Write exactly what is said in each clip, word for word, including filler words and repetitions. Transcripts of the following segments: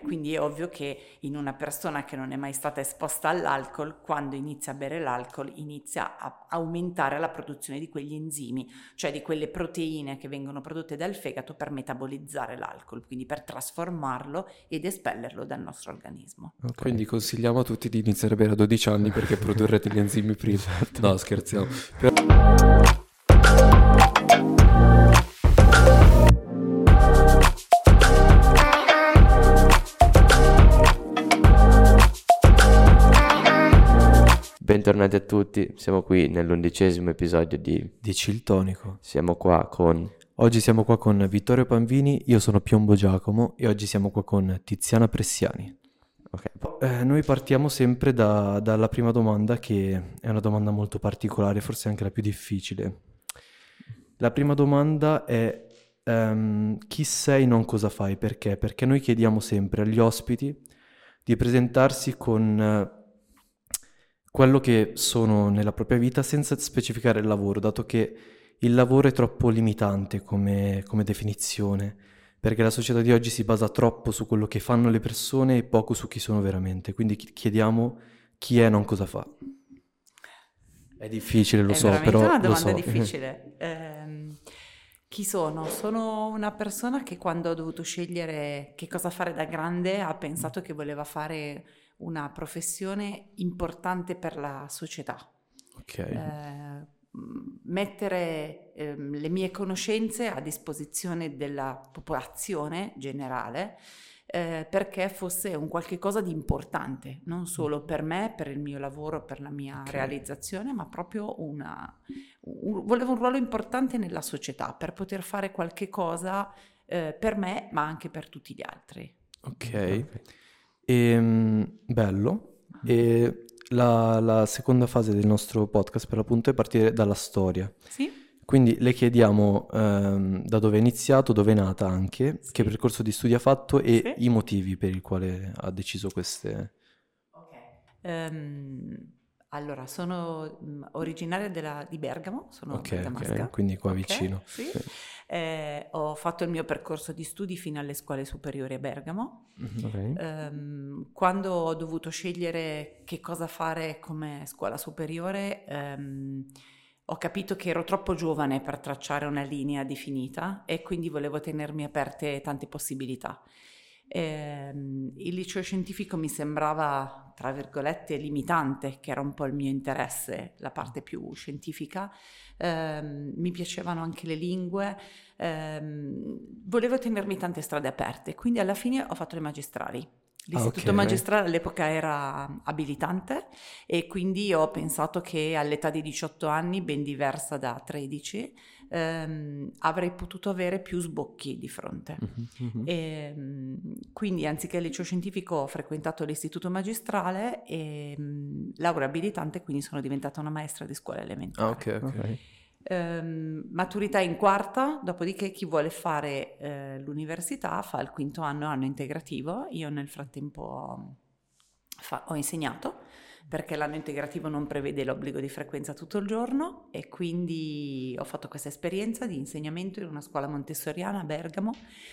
quindi è ovvio che in una persona che non è mai stata esposta all'alcol, quando inizia a bere l'alcol inizia a aumentare la produzione di quegli enzimi, cioè di quelle proteine che vengono prodotte dal fegato per metabolizzare l'alcol, quindi per trasformarlo ed espellerlo dal nostro organismo. Okay. Quindi consigliamo a tutti di iniziare a bere a dodici anni perché produrrete gli enzimi prima. Esatto. No, scherziamo. Per... Bentornati a tutti, siamo qui nell'undicesimo episodio di di Chill Tonico. Siamo qua con... Oggi siamo qua con Vittorio Panvini, io sono Piombo Giacomo e oggi siamo qua con Tiziana Pressiani. Ok. Eh, noi partiamo sempre da- dalla prima domanda, che è una domanda molto particolare, forse anche la più difficile. La prima domanda è ehm, chi sei, non cosa fai, perché? Perché noi chiediamo sempre agli ospiti di presentarsi con eh, quello che sono nella propria vita senza specificare il lavoro, dato che il lavoro è troppo limitante come, come definizione, perché la società di oggi si basa troppo su quello che fanno le persone e poco su chi sono veramente. Quindi chi- chiediamo chi è, non cosa fa. È difficile, lo È so, veramente però una lo domanda so. difficile. Ehm, chi sono? Sono una persona che quando ha dovuto scegliere che cosa fare da grande ha pensato che voleva fare una professione importante per la società. Ok. Eh, mettere ehm, le mie conoscenze a disposizione della popolazione generale, eh, perché fosse un qualche cosa di importante, non solo per me, per il mio lavoro, per la mia Ok. realizzazione, ma proprio una, un- volevo un ruolo importante nella società per poter fare qualche cosa eh, per me, ma anche per tutti gli altri. Ok. Ehm, bello. E la, la seconda fase del nostro podcast, per l'appunto, è partire dalla storia. Sì? Quindi le chiediamo ehm, da dove è iniziato, dove è nata anche, Sì. che percorso di studi ha fatto e Sì. i motivi per i quali ha deciso queste... Ok. Ehm, allora, sono mh, originaria della- di Bergamo, sono Ok, bergamasca. ok, quindi qua Ok, vicino. sì. Eh, ho fatto il mio percorso di studi fino alle scuole superiori a Bergamo. Mhm. Ok. Ehm, quando ho dovuto scegliere che cosa fare come scuola superiore, ehm, ho capito che ero troppo giovane per tracciare una linea definita e quindi volevo tenermi aperte tante possibilità. Ehm, il liceo scientifico mi sembrava, tra virgolette, limitante, che era un po' il mio interesse, la parte più scientifica. Ehm, mi piacevano anche le lingue, ehm, volevo tenermi tante strade aperte, quindi alla fine ho fatto le magistrali. L'istituto ok. magistrale all'epoca era abilitante e quindi ho pensato che all'età di diciotto anni, ben diversa da tredici, ehm, avrei potuto avere più sbocchi di fronte. Mhm, mhm. E, mm, quindi anziché il liceo scientifico ho frequentato l'istituto magistrale e mm, laurea abilitante, quindi sono diventata una maestra di scuola elementare. Ah, ok, ok. Ok. Ehm, maturità in quarta, dopodiché chi vuole fare eh, l'università fa il quinto anno, anno integrativo. Io nel frattempo ho, fa- ho insegnato perché l'anno integrativo non prevede l'obbligo di frequenza tutto il giorno e quindi ho fatto questa esperienza di insegnamento in una scuola montessoriana a Bergamo.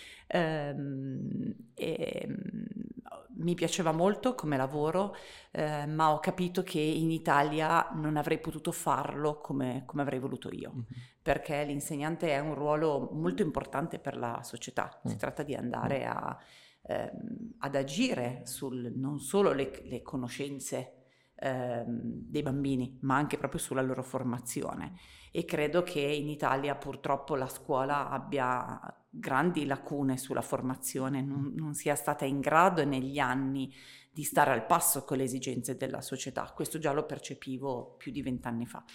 Ehm, e, mm, mi piaceva molto come lavoro, eh, ma ho capito che in Italia non avrei potuto farlo come, come avrei voluto io, Mhm. perché l'insegnante è un ruolo molto importante per la società. Si Mm. tratta di andare a, ehm, ad agire sul non solo le, le conoscenze ehm, dei bambini, ma anche proprio sulla loro formazione. E credo che in Italia purtroppo la scuola abbia grandi lacune sulla formazione, non, non sia stata in grado negli anni di stare al passo con le esigenze della società. Questo già lo percepivo più di vent'anni fa.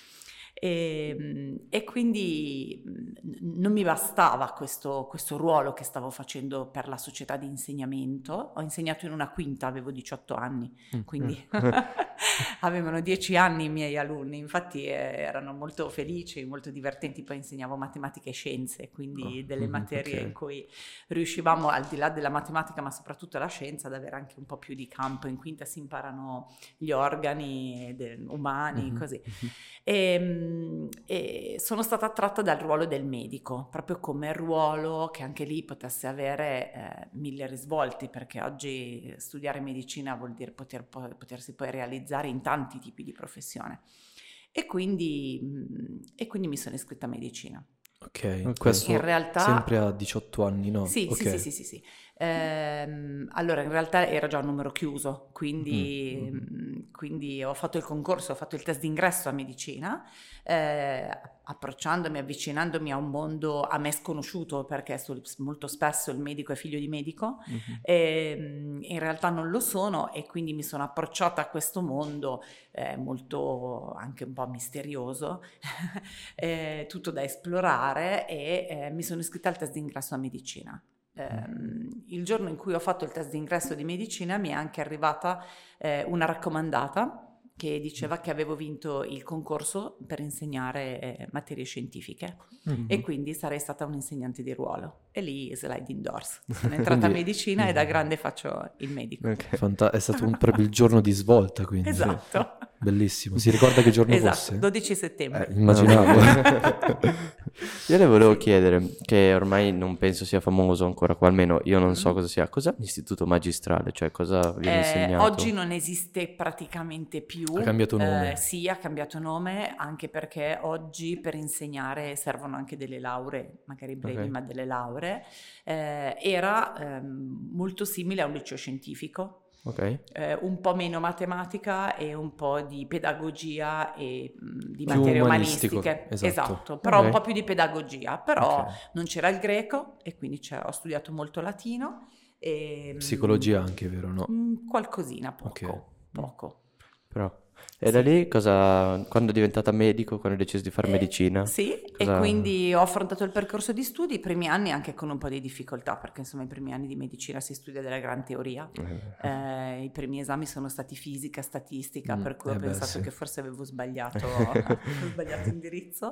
E, e quindi mh, non mi bastava questo, questo ruolo che stavo facendo per la società di insegnamento. Ho insegnato in una quinta, avevo diciotto anni, Mm. quindi avevano dieci anni i miei alunni, infatti eh, erano molto felici, molto divertenti, poi insegnavo matematica e scienze, quindi Oh, delle mhm, materie ok. in cui riuscivamo, al di là della matematica, ma soprattutto la scienza, ad avere anche un po' più di campo. In quinta si imparano gli organi de- umani, Mhm, così. mhm. E, e sono stata attratta dal ruolo del medico, proprio come ruolo che anche lì potesse avere eh, mille risvolti, perché oggi studiare medicina vuol dire poter, po- potersi poi realizzare in tanti tipi di professione. E quindi, mh, e quindi mi sono iscritta a medicina. Ok, Ok. questo In realtà sempre a diciotto anni, no? sì, sì, sì, Ok. sì, sì, sì. Ehm, allora, in realtà era già un numero chiuso, Mm, quindi, mhm. mm, quindi ho fatto il concorso, ho fatto il test d'ingresso a medicina, eh, approcciandomi, avvicinandomi a un mondo a me sconosciuto, perché sul- molto spesso il medico è figlio di medico, Mhm. e, mm, in realtà non lo sono, e quindi mi sono approcciata a questo mondo eh, molto anche un po' misterioso, eh, tutto da esplorare, e eh, mi sono iscritta al test d'ingresso a medicina. Ehm, il giorno in cui ho fatto il test d'ingresso di medicina mi è anche arrivata eh, una raccomandata che diceva che avevo vinto il concorso per insegnare eh, materie scientifiche, e Mhm. quindi sarei stata un'insegnante di ruolo. E lì sliding doors. Sono entrata a Quindi medicina e da grande faccio il medico. Ok. fanta- è stato un- proprio il giorno di svolta, quindi. Sì. Esatto. Bellissimo. Si ricorda che giorno Esatto, fosse? dodici Eh, settembre. immaginavo. Io le volevo Sì. chiedere, che ormai non penso sia famoso ancora qua, almeno io non so Mm. cosa sia. Cos'è l'istituto magistrale? Cioè, cosa viene Eh, insegnato? oggi non esiste praticamente più. Ha cambiato nome. Eh, sì, ha cambiato nome, anche perché oggi per insegnare servono anche delle lauree, magari brevi, Ok. ma delle lauree. Eh, era ehm, molto simile a un liceo scientifico, Ok. eh, un po' meno matematica e un po' di pedagogia e mh, di Più materie umanistico, umanistiche. esatto. Esatto, però un Ok. po' più di pedagogia. Però Ok. non c'era il greco, e quindi c'è- ho studiato molto latino. E, Psicologia anche, vero? No? mm, qualcosina, Ok. poco, poco. Però. E da Sì. lì cosa, quando è diventata medico, quando hai deciso di fare Eh, medicina? sì, e Cosa... quindi ho affrontato il percorso di studi, i primi anni anche con un po' di difficoltà, perché insomma i primi anni di medicina si studia della gran teoria. Eh, Eh, i primi esami sono stati fisica, statistica, Mm, per cui ho eh beh, pensato sì. che forse avevo sbagliato, avevo sbagliato indirizzo.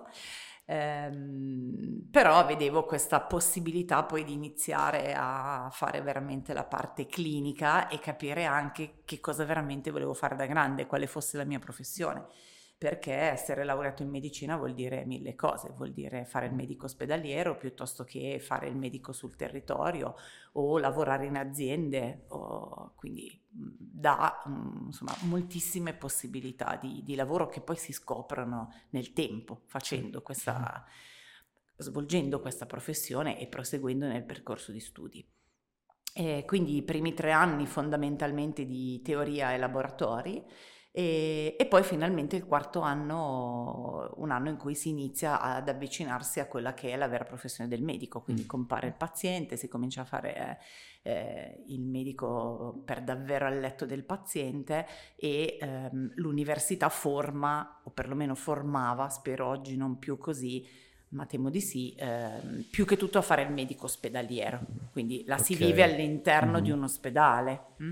Ehm, però vedevo questa possibilità poi di iniziare a fare veramente la parte clinica e capire anche che cosa veramente volevo fare da grande, quale fosse la mia professione. Perché essere laureato in medicina vuol dire mille cose, vuol dire fare il medico ospedaliero piuttosto che fare il medico sul territorio o lavorare in aziende, o- quindi mh, dà mh, insomma moltissime possibilità di, di lavoro che poi si scoprono nel tempo facendo questa, svolgendo questa professione e proseguendo nel percorso di studi. E quindi i primi tre anni fondamentalmente di teoria e laboratori, e, e poi finalmente il quarto anno, un anno in cui si inizia ad avvicinarsi a quella che è la vera professione del medico, quindi Mm. compare il paziente, si comincia a fare eh, eh, il medico per davvero al letto del paziente, e ehm, l'università forma, o perlomeno formava, spero oggi non più così, ma temo di sì, ehm, più che tutto a fare il medico ospedaliero, quindi la si Ok. vive all'interno di Mhm. un ospedale. mm?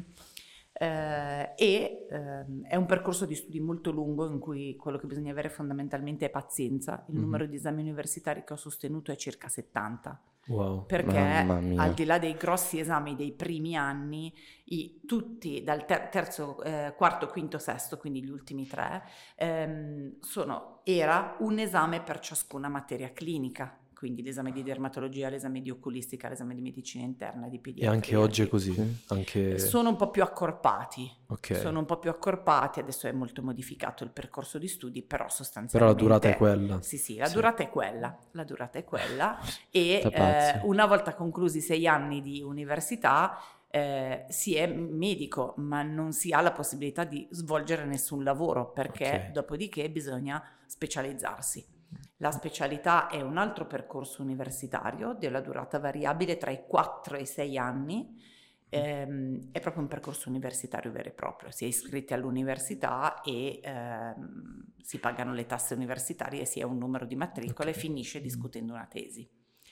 Eh, e ehm, è un percorso di studi molto lungo, in cui quello che bisogna avere fondamentalmente è pazienza. Il Mhm. numero di esami universitari che ho sostenuto è circa settanta, Wow. perché Mamma mia. al di là dei grossi esami dei primi anni, i- tutti dal ter- terzo, eh, quarto, quinto, sesto, quindi gli ultimi tre, ehm, sono, era un esame per ciascuna materia clinica, quindi l'esame di dermatologia, l'esame di oculistica, l'esame di medicina interna, di E pediatria. anche oggi è di- così? Sì. Anche... Sono un po' più accorpati. Ok. Sono un po' più accorpati, adesso è molto modificato il percorso di studi, però Però sostanzialmente... la durata è quella. Sì, sì, la Sì. durata è quella, la durata è quella, e Da pazzi. eh, una volta conclusi sei anni di università eh, si è medico, ma non si ha la possibilità di svolgere nessun lavoro, perché Ok. dopodiché bisogna specializzarsi. La specialità è un altro percorso universitario della durata variabile tra i quattro e i sei anni. Ehm, è proprio un percorso universitario vero e proprio, si è iscritti all'università e ehm, si pagano le tasse universitarie, si ha un numero di matricole, Ok. e finisce discutendo una tesi.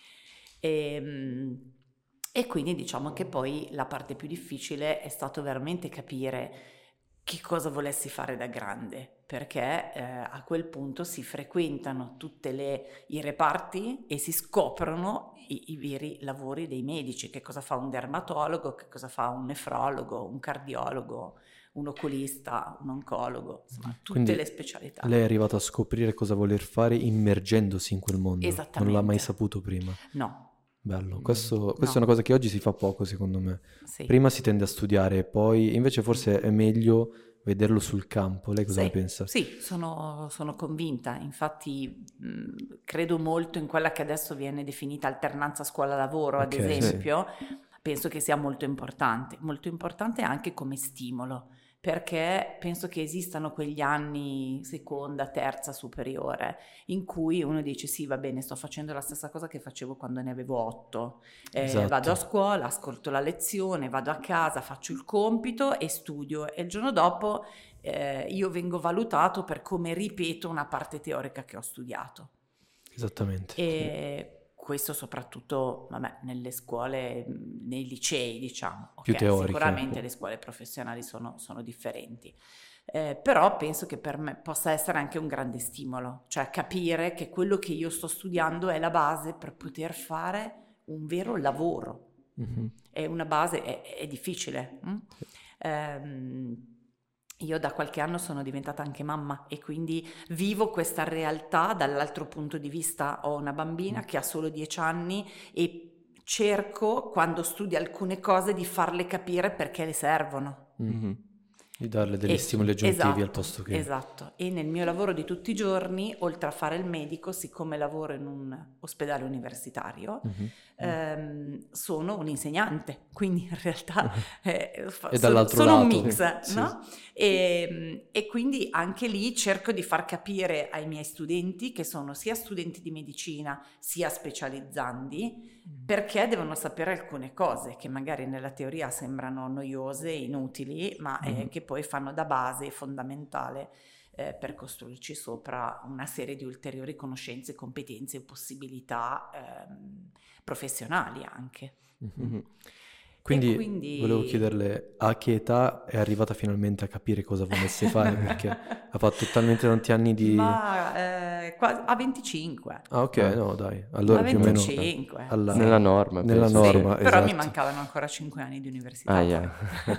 E, e quindi diciamo che poi la parte più difficile è stato veramente capire che cosa volessi fare da grande, perché eh, a quel punto si frequentano tutti i reparti e si scoprono i, i veri lavori dei medici, che cosa fa un dermatologo, che cosa fa un nefrologo, un cardiologo, un oculista, un oncologo, insomma tutte Quindi le specialità. lei è arrivata a scoprire cosa voler fare immergendosi in quel mondo, Esattamente. non l'ha mai saputo prima. No. Bello, questo, questa No. è una cosa che oggi si fa poco secondo me. Sì. Prima si tende a studiare, poi invece forse è meglio vederlo sul campo. Lei cosa Sì, ne pensa? Sì, sono, sono convinta, infatti mh, credo molto in quella che adesso viene definita alternanza scuola-lavoro, ad Ok, sì. esempio, penso che sia molto importante, molto importante anche come stimolo, perché penso che esistano quegli anni seconda, terza, superiore, in cui uno dice sì, va bene, sto facendo la stessa cosa che facevo quando ne avevo otto, eh, Esatto. vado a scuola, ascolto la lezione, vado a casa, faccio il compito e studio e il giorno dopo eh, io vengo valutato per come ripeto una parte teorica che ho studiato. Esattamente. E questo soprattutto, vabbè, nelle scuole, nei licei, diciamo. Più Okay, teoriche. sicuramente le scuole professionali sono, sono differenti. Eh, però penso che per me possa essere anche un grande stimolo, cioè capire che quello che io sto studiando è la base per poter fare un vero lavoro. Mhm. È una base, è, è difficile. hm? Ehm, io da qualche anno sono diventata anche mamma e quindi vivo questa realtà dall'altro punto di vista. Ho una bambina che ha solo dieci anni e cerco, quando studio alcune cose, di farle capire perché le servono. Mhm. Di darle degli E- stimoli aggiuntivi esatto, al posto che... Esatto, e nel mio lavoro di tutti i giorni, oltre a fare il medico, siccome lavoro in un ospedale universitario, Mhm. ehm, sono un insegnante, quindi in realtà eh, fa- E sono, dall'altro sono un lato, mix, sì. no? E, e quindi anche lì cerco di far capire ai miei studenti, che sono sia studenti di medicina sia specializzandi, perché devono sapere alcune cose che magari nella teoria sembrano noiose, inutili, ma eh, Mhm. che poi fanno da base fondamentale eh, per costruirci sopra una serie di ulteriori conoscenze, competenze e possibilità ehm, professionali anche. Mhm. Quindi, E quindi- volevo chiederle a che età è arrivata finalmente a capire cosa volesse fare, perché ha fatto talmente tanti anni di... Ma eh, qua- a venticinque. Ah, ok, Ah. no, dai. Allora a più o meno venticinque. alla- sì. Nella norma, nella penso. norma, Sì, però mi esatto. mancavano ancora cinque anni di università. Ah, poi. yeah.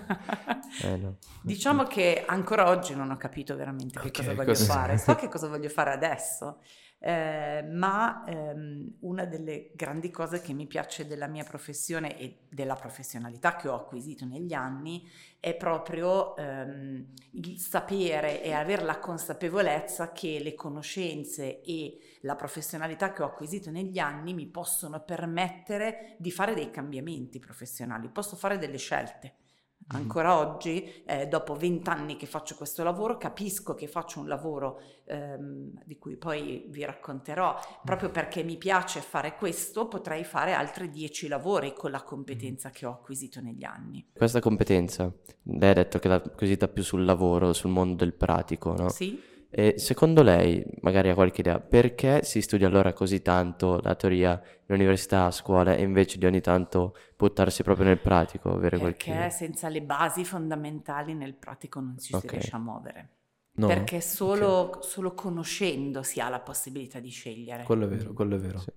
Eh, no. Diciamo che ancora oggi non ho capito veramente che Ok, cosa voglio cosa- fare. So che cosa voglio fare adesso, eh, ma ehm, una delle grandi cose che mi piace della mia professione e della professionalità che ho acquisito negli anni è proprio ehm, il sapere e avere la consapevolezza che le conoscenze e la professionalità che ho acquisito negli anni mi possono permettere di fare dei cambiamenti professionali, posso fare delle scelte. Ancora oggi, eh, dopo vent'anni che faccio questo lavoro, capisco che faccio un lavoro ehm, di cui poi vi racconterò, proprio perché mi piace fare questo, potrei fare altri dieci lavori con la competenza che ho acquisito negli anni. Questa competenza, lei ha detto che l'ha acquisita più sul lavoro, sul mondo del pratico, no? Sì? E secondo lei, magari ha qualche idea, perché si studia allora così tanto la teoria in università, a scuola, e invece di ogni tanto buttarsi proprio nel pratico, avere Perché qualche... senza le basi fondamentali nel pratico non ci si Ok. riesce a muovere. No? Perché solo, Ok. solo conoscendo si ha la possibilità di scegliere. Quello è vero, quello è vero. Sì.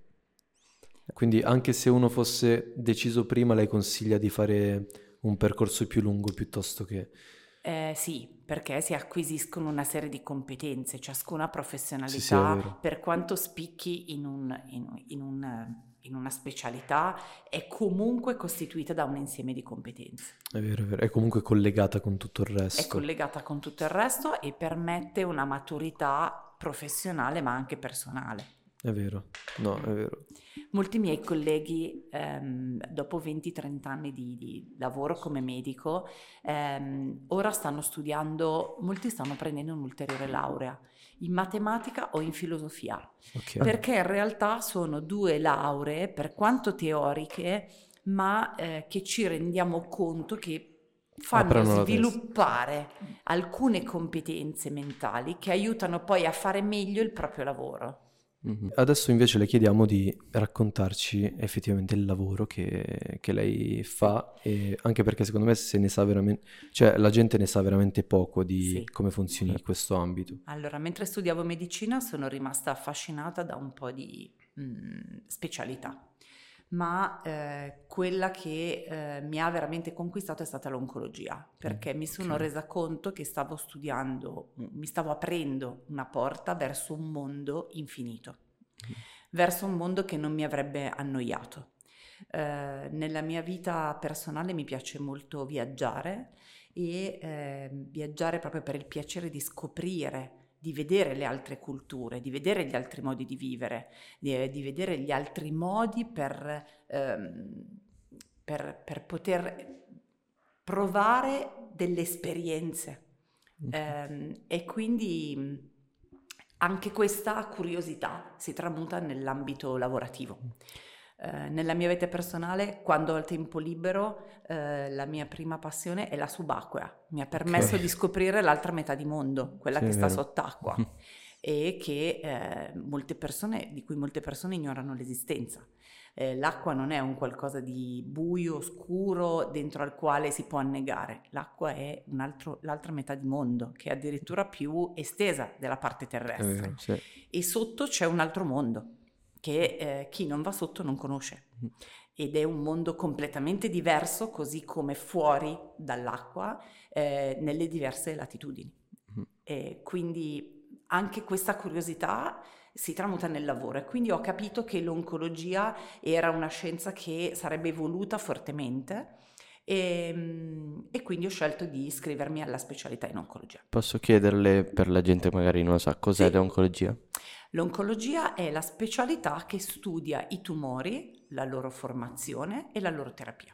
Quindi anche se uno fosse deciso prima, lei consiglia di fare un percorso più lungo piuttosto che... Eh, sì, perché si acquisiscono una serie di competenze, ciascuna professionalità, Sì, sì, è vero. per quanto spicchi in, un- in- in un- in una specialità, è comunque costituita da un insieme di competenze. È vero, è vero. È comunque collegata con tutto il resto. È collegata con tutto il resto e permette una maturità professionale ma anche personale. È vero, no, è vero. Molti miei colleghi, ehm, dopo venti trenta anni di, di lavoro come medico, ehm, ora stanno studiando, molti stanno prendendo un'ulteriore laurea in matematica o in filosofia, Ok. perché in realtà sono due lauree, per quanto teoriche, ma eh, che ci rendiamo conto che fanno Aprono la testa. sviluppare alcune competenze mentali che aiutano poi a fare meglio il proprio lavoro. Mhm. Adesso invece le chiediamo di raccontarci effettivamente il lavoro che, che lei fa, e anche perché secondo me se ne sa veramente, cioè la gente ne sa veramente poco di Sì. come funzioni Sì. questo ambito. Allora, mentre studiavo medicina sono rimasta affascinata da un po' di mh, specialità, ma eh, quella che eh, mi ha veramente conquistato è stata l'oncologia, perché mi sono ok. resa conto che stavo studiando, mi stavo aprendo una porta verso un mondo infinito, verso un mondo che non mi avrebbe annoiato. Eh, nella mia vita personale mi piace molto viaggiare e eh, viaggiare proprio per il piacere di scoprire, di vedere le altre culture, di vedere gli altri modi di vivere, di, di vedere gli altri modi per, ehm, per, per poter provare delle esperienze. Ehm, e quindi mh, anche questa curiosità si tramuta nell'ambito lavorativo. Eh, nella mia vita personale, quando ho il tempo libero, eh, la mia prima passione è la subacquea. Mi ha permesso Ok. di scoprire l'altra metà di mondo, quella Sì, che è sta vero. sott'acqua e che eh, molte persone, di cui molte persone ignorano l'esistenza. Eh, l'acqua non è un qualcosa di buio, scuro, dentro al quale si può annegare. L'acqua è un altro, l'altra metà di mondo, che è addirittura più estesa della parte È terrestre. vero. Sì. E sotto c'è un altro mondo che eh, chi non va sotto non conosce. Ed è un mondo completamente diverso, così come fuori dall'acqua, eh, nelle diverse latitudini. Mhm. E quindi anche questa curiosità si tramuta nel lavoro, e quindi ho capito che l'oncologia era una scienza che sarebbe evoluta fortemente e, e quindi ho scelto di iscrivermi alla specialità in oncologia. Posso chiederle, per la gente magari non lo sa, cos'è Sì. l'oncologia? L'oncologia è la specialità che studia i tumori, la loro formazione e la loro terapia.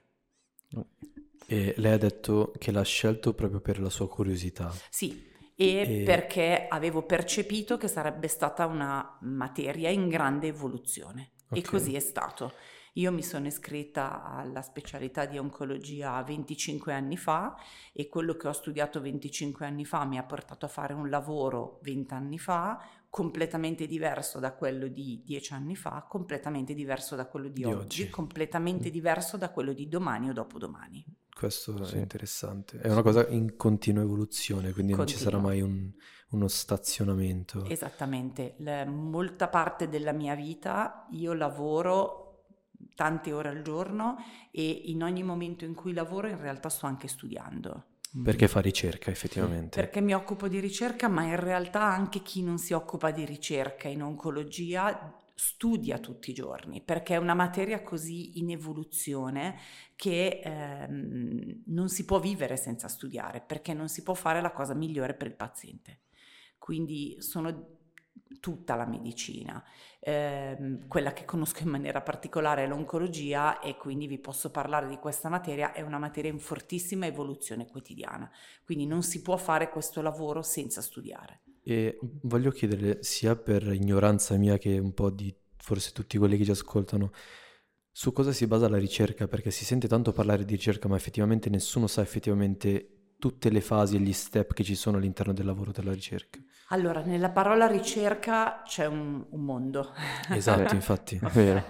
E lei ha detto che l'ha scelto proprio per la sua curiosità. Sì, e, E- perché avevo percepito che sarebbe stata una materia in grande evoluzione, e Ok. così è stato. Io mi sono iscritta alla specialità di oncologia venticinque anni fa, e quello che ho studiato venticinque anni fa mi ha portato a fare un lavoro venti anni fa, completamente diverso da quello di dieci anni fa, completamente diverso da quello di, Di oggi, oggi. completamente diverso da quello di domani o dopodomani. Questo Sì. è interessante. È una cosa in continua evoluzione, quindi non ci sarà Continua. mai un- uno stazionamento. Esattamente, La- molta parte della mia vita io lavoro tante ore al giorno, e in ogni momento in cui lavoro in realtà sto anche studiando. Perché fa ricerca, effettivamente. Perché mi occupo di ricerca, ma in realtà anche chi non si occupa di ricerca in oncologia studia tutti i giorni, perché è una materia così in evoluzione che ehm, non si può vivere senza studiare, perché non si può fare la cosa migliore per il paziente. Quindi sono tutta la medicina. Ehm, quella che conosco in maniera particolare è l'oncologia, e quindi vi posso parlare di questa materia. È una materia in fortissima evoluzione quotidiana, quindi non si può fare questo lavoro senza studiare. E voglio chiederle, sia per ignoranza mia che un po' di forse tutti quelli che ci ascoltano, su cosa si basa la ricerca? Perché si sente tanto parlare di ricerca, ma effettivamente nessuno sa effettivamente tutte le fasi e gli step che ci sono all'interno del lavoro della ricerca. Allora, nella parola ricerca c'è un, un mondo. Esatto, infatti. Ok. Vero.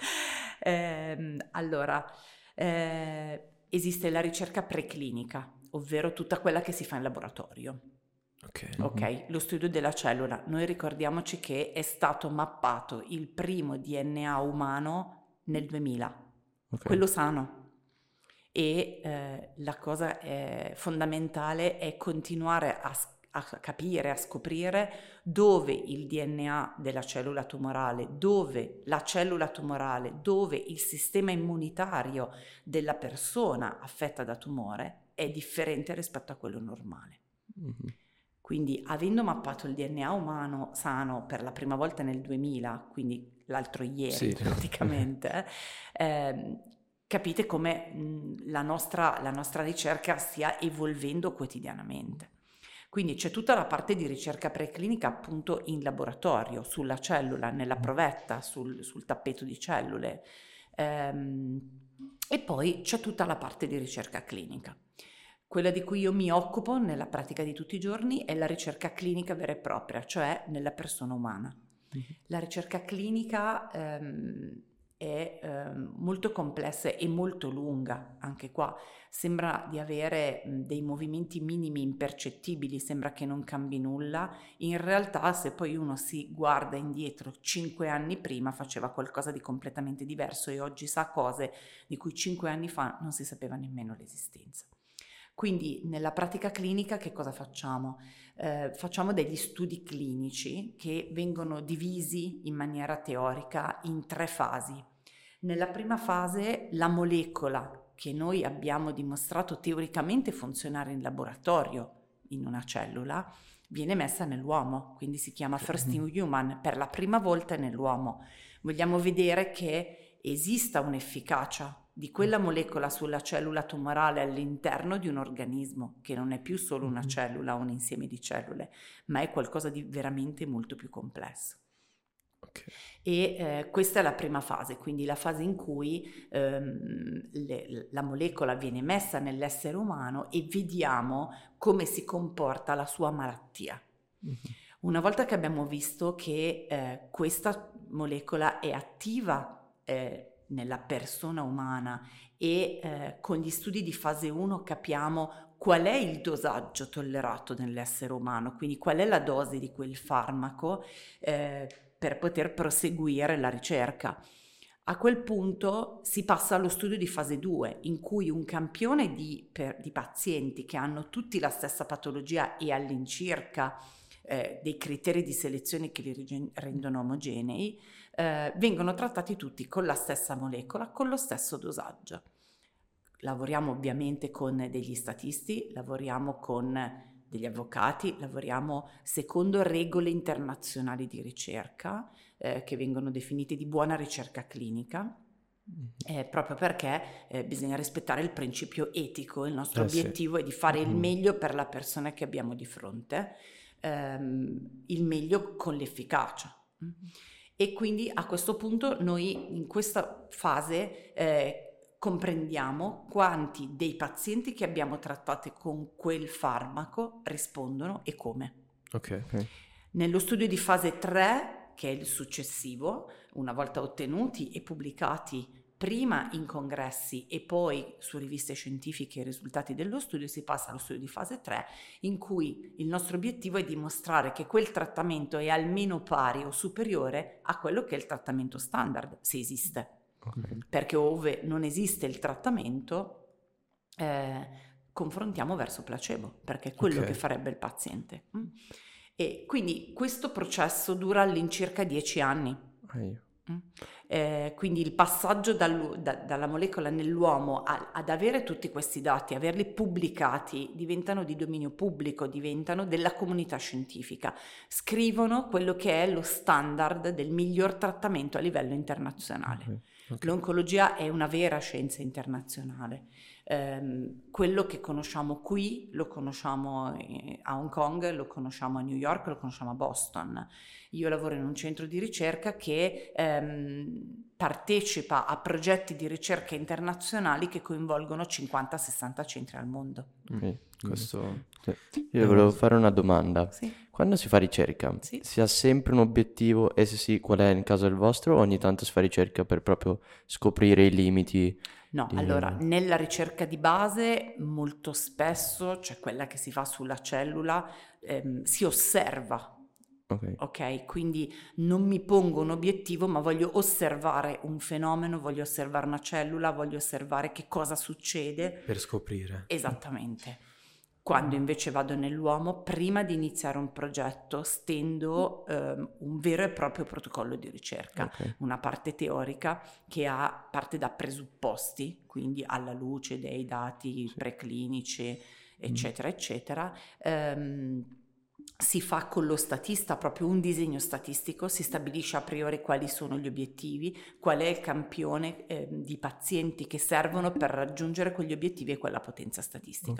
Ehm, allora, eh, esiste la ricerca preclinica, ovvero tutta quella che si fa in laboratorio. Ok. Ok, lo studio della cellula. Noi ricordiamoci che è stato mappato il primo D N A umano nel duemila, Ok. quello sano. E eh, la cosa eh, fondamentale è continuare a, s- a capire, a scoprire dove il D N A della cellula tumorale, dove la cellula tumorale, dove il sistema immunitario della persona affetta da tumore è differente rispetto a quello normale. Mhm. Quindi, avendo mappato il D N A umano sano per la prima volta nel duemila, quindi l'altro ieri Sì. praticamente, ehm, capite come mh, la nostra, la nostra ricerca stia evolvendo quotidianamente. Quindi c'è tutta la parte di ricerca preclinica appunto in laboratorio, sulla cellula, nella provetta, sul, sul tappeto di cellule. Ehm, e poi c'è tutta la parte di ricerca clinica. Quella di cui io mi occupo nella pratica di tutti i giorni è la ricerca clinica vera e propria, cioè nella persona umana. La ricerca clinica ehm, è ehm, molto complessa e molto lunga, anche qua sembra di avere mh, dei movimenti minimi impercettibili, sembra che non cambi nulla, in realtà se poi uno si guarda indietro cinque anni prima faceva qualcosa di completamente diverso e oggi sa cose di cui cinque anni fa non si sapeva nemmeno l'esistenza. Quindi nella pratica clinica che cosa facciamo? Eh, facciamo degli studi clinici che vengono divisi in maniera teorica in tre fasi. Nella prima fase la molecola che noi abbiamo dimostrato teoricamente funzionare in laboratorio in una cellula viene messa nell'uomo, quindi si chiama first in human, per la prima volta nell'uomo. Vogliamo vedere che esista un'efficacia di quella molecola sulla cellula tumorale all'interno di un organismo, che non è più solo una cellula o un insieme di cellule, ma è qualcosa di veramente molto più complesso. Okay. E eh, questa è la prima fase, quindi la fase in cui ehm, le, la molecola viene messa nell'essere umano e vediamo come si comporta la sua malattia. Mm-hmm. Una volta che abbiamo visto che eh, questa molecola è attiva eh, nella persona umana e eh, con gli studi di fase uno capiamo qual è il dosaggio tollerato nell'essere umano, quindi qual è la dose di quel farmaco eh, per poter proseguire la ricerca. A quel punto si passa allo studio di fase due, in cui un campione di, per, di pazienti che hanno tutti la stessa patologia e all'incirca eh, dei criteri di selezione che li rendono omogenei, eh, vengono trattati tutti con la stessa molecola, con lo stesso dosaggio. Lavoriamo ovviamente con degli statisti, lavoriamo con degli avvocati, lavoriamo secondo regole internazionali di ricerca eh, che vengono definite di buona ricerca clinica, eh, proprio perché eh, bisogna rispettare il principio etico. Il nostro eh, obiettivo sì. è di fare il meglio per la persona che abbiamo di fronte, ehm, il meglio con l'efficacia. E quindi a questo punto noi in questa fase eh, comprendiamo quanti dei pazienti che abbiamo trattato con quel farmaco rispondono e come. Okay, ok. Nello studio di fase tre, che è il successivo, una volta ottenuti e pubblicati prima in congressi e poi su riviste scientifiche i risultati dello studio, si passa allo studio di fase tre, in cui il nostro obiettivo è dimostrare che quel trattamento è almeno pari o superiore a quello che è il trattamento standard, se esiste. Okay. Perché ove non esiste il trattamento eh, confrontiamo verso placebo, perché è quello okay. che farebbe il paziente. Mm? E quindi questo processo dura all'incirca dieci anni. Mm? Eh, quindi il passaggio dal, da, dalla molecola nell'uomo a, ad avere tutti questi dati, averli pubblicati, diventano di dominio pubblico, diventano della comunità scientifica, scrivono quello che è lo standard del miglior trattamento a livello internazionale. Okay. Okay. L'oncologia è una vera scienza internazionale. Um, quello che conosciamo qui lo conosciamo a Hong Kong, lo conosciamo a New York, lo conosciamo a Boston. Io lavoro in un centro di ricerca che um, partecipa a progetti di ricerca internazionali che coinvolgono cinquanta sessanta centri al mondo. Okay. Questo... sì. Io volevo fare una domanda. Sì. Quando si fa ricerca, sì. si ha sempre un obiettivo e se sì, qual è nel caso del vostro, o ogni tanto si fa ricerca per proprio scoprire i limiti? No, di... allora, nella ricerca di base molto spesso, cioè quella che si fa sulla cellula, ehm, si osserva. Okay. ok, quindi non mi pongo un obiettivo, ma voglio osservare un fenomeno, voglio osservare una cellula, voglio osservare che cosa succede. Per scoprire. Esattamente. Quando invece vado nell'uomo, prima di iniziare un progetto, stendo um, un vero e proprio protocollo di ricerca, okay. una parte teorica che ha parte da presupposti, quindi alla luce dei dati sì. preclinici, eccetera, mm. eccetera. Um, si fa con lo statista proprio un disegno statistico, si stabilisce a priori quali sono gli obiettivi, qual è il campione eh, di pazienti che servono per raggiungere quegli obiettivi e quella potenza statistica. Okay.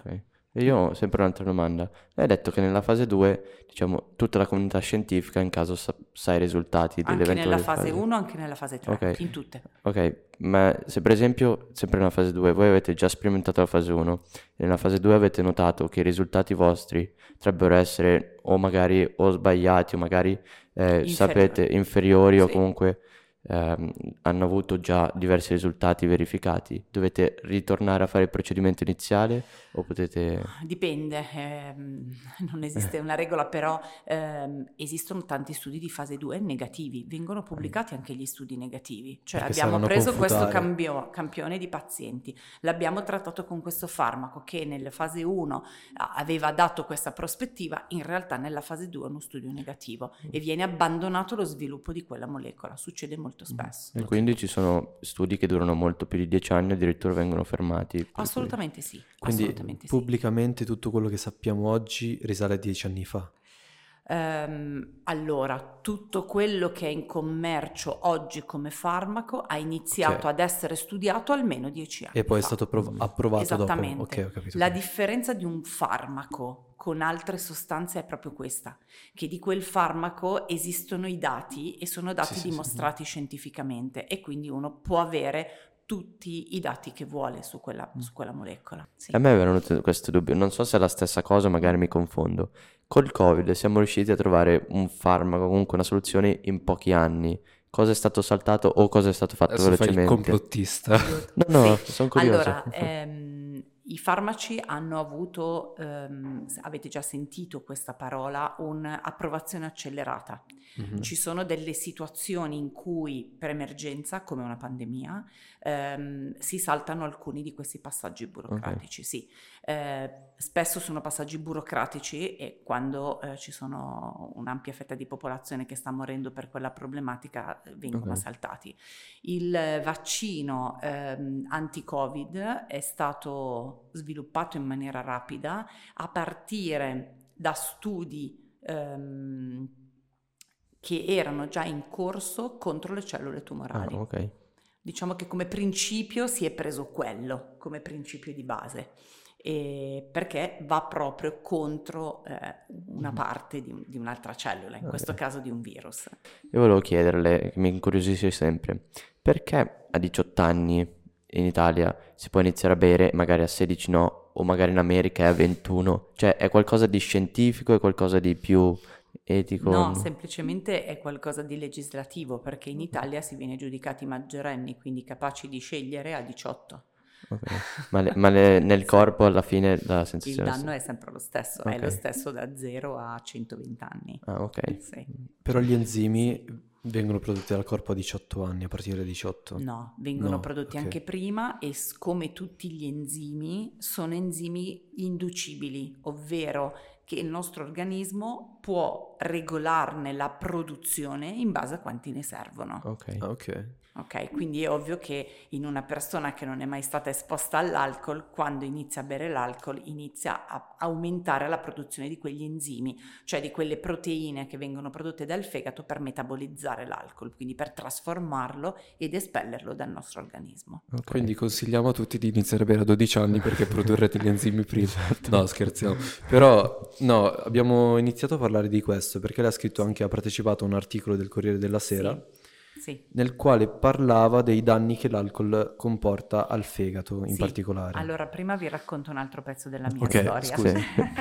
E io ho sempre un'altra domanda. Hai detto che nella fase due, diciamo, tutta la comunità scientifica in caso sa, sa i risultati delle Anche eventuali nella fase fasi. uno, anche nella fase tre, Ok. in tutte. Ok, ma se per esempio, sempre nella fase due, voi avete già sperimentato la fase uno, e nella fase due avete notato che i risultati vostri potrebbero essere o magari o sbagliati o magari eh, sapete Inferiori. inferiori o Sì. comunque ehm, hanno avuto già diversi risultati verificati, dovete ritornare a fare il procedimento iniziale o potete... Dipende, ehm, non esiste una regola, però ehm, esistono tanti studi di fase due negativi, vengono pubblicati anche gli studi negativi, cioè Perché abbiamo saranno preso questo confutare. cambio- campione di pazienti, l'abbiamo trattato con questo farmaco che nella fase uno a- aveva dato questa prospettiva, in realtà nella fase due è uno studio negativo e viene abbandonato lo sviluppo di quella molecola, succede molto spesso. E quindi ci sono studi che durano molto più di dieci anni, addirittura vengono fermati. per cui- Assolutamente sì, Quindi assolutamente sì. pubblicamente tutto quello che sappiamo oggi risale a dieci anni fa. Ehm, allora, tutto quello che è in commercio oggi come farmaco ha iniziato Ok. ad essere studiato almeno dieci anni E poi è fa. stato prov- approvato dopo. Esattamente. Ok, ho capito. La ok. differenza di un farmaco con altre sostanze è proprio questa, che di quel farmaco esistono i dati e sono dati Sì, sì, sì. dimostrati scientificamente e quindi uno può avere tutti i dati che vuole su quella, su quella molecola. Sì. A me è venuto questo dubbio, non so se è la stessa cosa, magari mi confondo. Col Covid siamo riusciti a trovare un farmaco, comunque una soluzione in pochi anni. Cosa è stato saltato o cosa è stato fatto Adesso fai il velocemente? complottista. No, no, Sì. sono curioso. Allora, ehm, i farmaci hanno avuto, ehm, s- avete già sentito questa parola, un'approvazione accelerata. Mhm. Ci sono delle situazioni in cui per emergenza, come una pandemia, ehm, si saltano alcuni di questi passaggi burocratici. Sì. Eh, spesso sono passaggi burocratici e quando eh, ci sono un'ampia fetta di popolazione che sta morendo per quella problematica eh, vengono Ok. saltati. Il vaccino ehm, anti-Covid è stato sviluppato in maniera rapida a partire da studi ehm, che erano già in corso contro le cellule Ah, tumorali. ok. Diciamo che come principio si è preso quello, come principio di base, e perché va proprio contro eh, una parte di, un- di un'altra cellula, in questo Ok. caso di un virus. Io volevo chiederle, che mi incuriosisce sempre, perché a diciotto anni in Italia si può iniziare a bere, magari a sedici no, o magari in America è a ventuno? Cioè è qualcosa di scientifico, è qualcosa di più etico? No, semplicemente è qualcosa di legislativo, perché in Italia si viene giudicati maggiorenni, quindi capaci di scegliere a diciotto. Ok. Ma, le- ma le- nel Sì. corpo alla fine la Il sensazione... danno è sempre lo stesso, è Ok. lo stesso da zero a centoventi anni. Ah, ok. Sì. Però gli enzimi vengono prodotti dal corpo a diciotto anni, a partire da diciotto. No, vengono No, prodotti ok. anche prima e s- come tutti gli enzimi sono enzimi inducibili, ovvero che il nostro organismo può regolarne la produzione in base a quanti ne servono. Ok. Ah, ok. Ok, quindi è ovvio che in una persona che non è mai stata esposta all'alcol, quando inizia a bere l'alcol, inizia a aumentare la produzione di quegli enzimi, cioè di quelle proteine che vengono prodotte dal fegato per metabolizzare l'alcol, quindi per trasformarlo ed espellerlo dal nostro organismo. Ok. Quindi consigliamo a tutti di iniziare a bere a dodici anni perché produrrete gli enzimi prima. No, scherziamo. Però, no, abbiamo iniziato a parlare di questo perché lei ha scritto anche, ha partecipato a un articolo del Corriere della Sera Sì, sì. nel quale parlava dei danni che l'alcol comporta al fegato in Sì. particolare. Allora, prima vi racconto un altro pezzo della mia Ok, storia. scusi.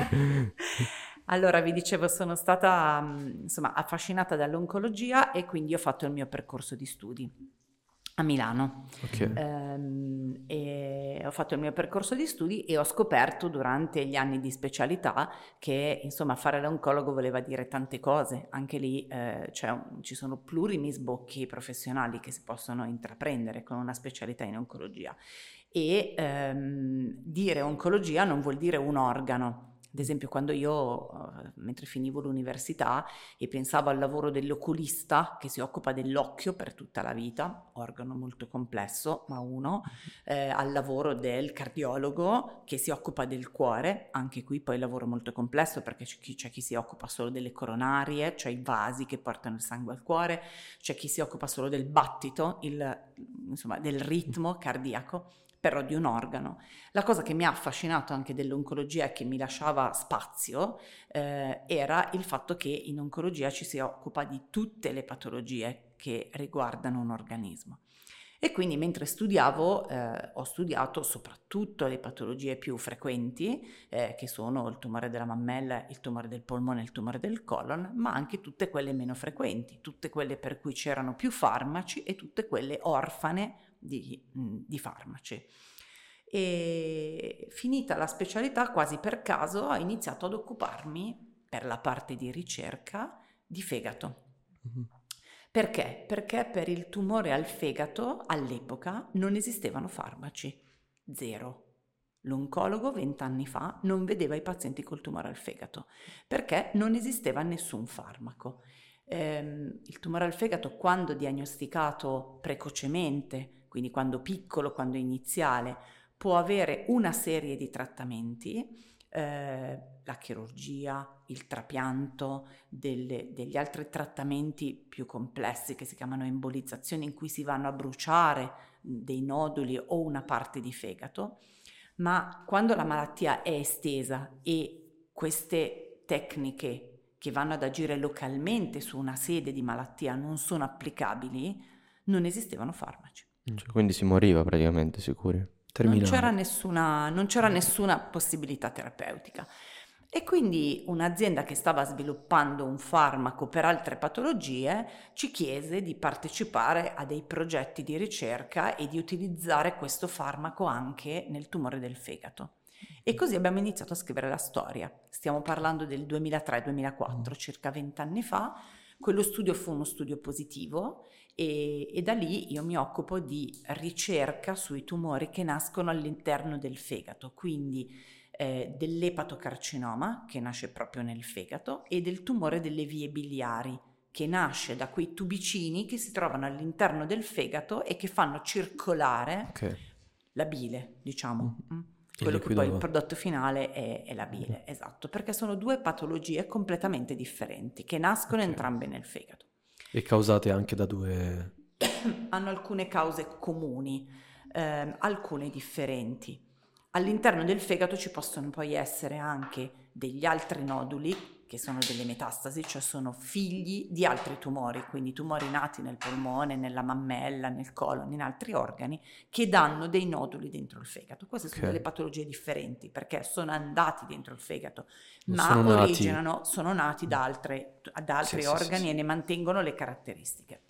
Allora, vi dicevo, sono stata mh, insomma affascinata dall'oncologia e quindi ho fatto il mio percorso di studi a Milano. Ok. Ehm, e ho fatto il mio percorso di studi e ho scoperto durante gli anni di specialità che insomma fare l'oncologo voleva dire tante cose, anche lì eh, c'è un- ci sono plurimi sbocchi professionali che si possono intraprendere con una specialità in oncologia e ehm, dire oncologia non vuol dire un organo. Ad esempio, quando io, eh, mentre finivo l'università e pensavo al lavoro dell'oculista che si occupa dell'occhio per tutta la vita, organo molto complesso, ma uno, eh, al lavoro del cardiologo che si occupa del cuore, anche qui poi lavoro molto complesso perché c'è chi, c'è chi si occupa solo delle coronarie, cioè i vasi che portano il sangue al cuore, c'è chi si occupa solo del battito, il, insomma del ritmo cardiaco. però di un organo. La cosa che mi ha affascinato anche dell'oncologia e che mi lasciava spazio eh, era il fatto che in oncologia ci si occupa di tutte le patologie che riguardano un organismo. E quindi mentre studiavo eh, ho studiato soprattutto le patologie più frequenti, eh, che sono il tumore della mammella, il tumore del polmone e il tumore del colon, ma anche tutte quelle meno frequenti, tutte quelle per cui c'erano più farmaci e tutte quelle orfane di, di farmaci. E finita la specialità, quasi per caso, ho iniziato ad occuparmi, per la parte di ricerca, di fegato. Mm-hmm. Perché? Perché per il tumore al fegato all'epoca non esistevano farmaci, zero. L'oncologo vent'anni fa non vedeva i pazienti col tumore al fegato perché non esisteva nessun farmaco. Ehm, il tumore al fegato, quando diagnosticato precocemente, quindi quando piccolo, quando iniziale, può avere una serie di trattamenti. Eh, la chirurgia, il trapianto, delle, degli altri trattamenti più complessi che si chiamano embolizzazioni, in cui si vanno a bruciare dei noduli o una parte di fegato, ma quando la malattia è estesa e queste tecniche che vanno ad agire localmente su una sede di malattia non sono applicabili, non esistevano farmaci. Cioè, quindi si moriva praticamente, sicuri? Non c'era nessuna, non c'era nessuna possibilità terapeutica. E quindi un'azienda che stava sviluppando un farmaco per altre patologie ci chiese di partecipare a dei progetti di ricerca e di utilizzare questo farmaco anche nel tumore del fegato. E così abbiamo iniziato a scrivere la storia. Stiamo parlando del duemilatré duemilaquattro, circa vent'anni fa. Quello studio fu uno studio positivo e, e da lì io mi occupo di ricerca sui tumori che nascono all'interno del fegato, quindi eh, dell'epatocarcinoma, che nasce proprio nel fegato, e del tumore delle vie biliari, che nasce da quei tubicini che si trovano all'interno del fegato e che fanno circolare okay. la bile, diciamo. Mm. Quello che poi il prodotto finale è, è la bile, mm. esatto, perché sono due patologie completamente differenti che nascono okay. entrambe nel fegato. E causate anche da due... Hanno alcune cause comuni, ehm, alcune differenti. All'interno del fegato ci possono poi essere anche degli altri noduli che sono delle metastasi, cioè sono figli di altri tumori, quindi tumori nati nel polmone, nella mammella, nel colon, in altri organi, che danno dei noduli dentro il fegato. Queste okay. sono delle patologie differenti, perché sono andati dentro il fegato, non ma sono originano, nati. sono nati da, altre, da altri sì, organi sì, sì. e ne mantengono le caratteristiche.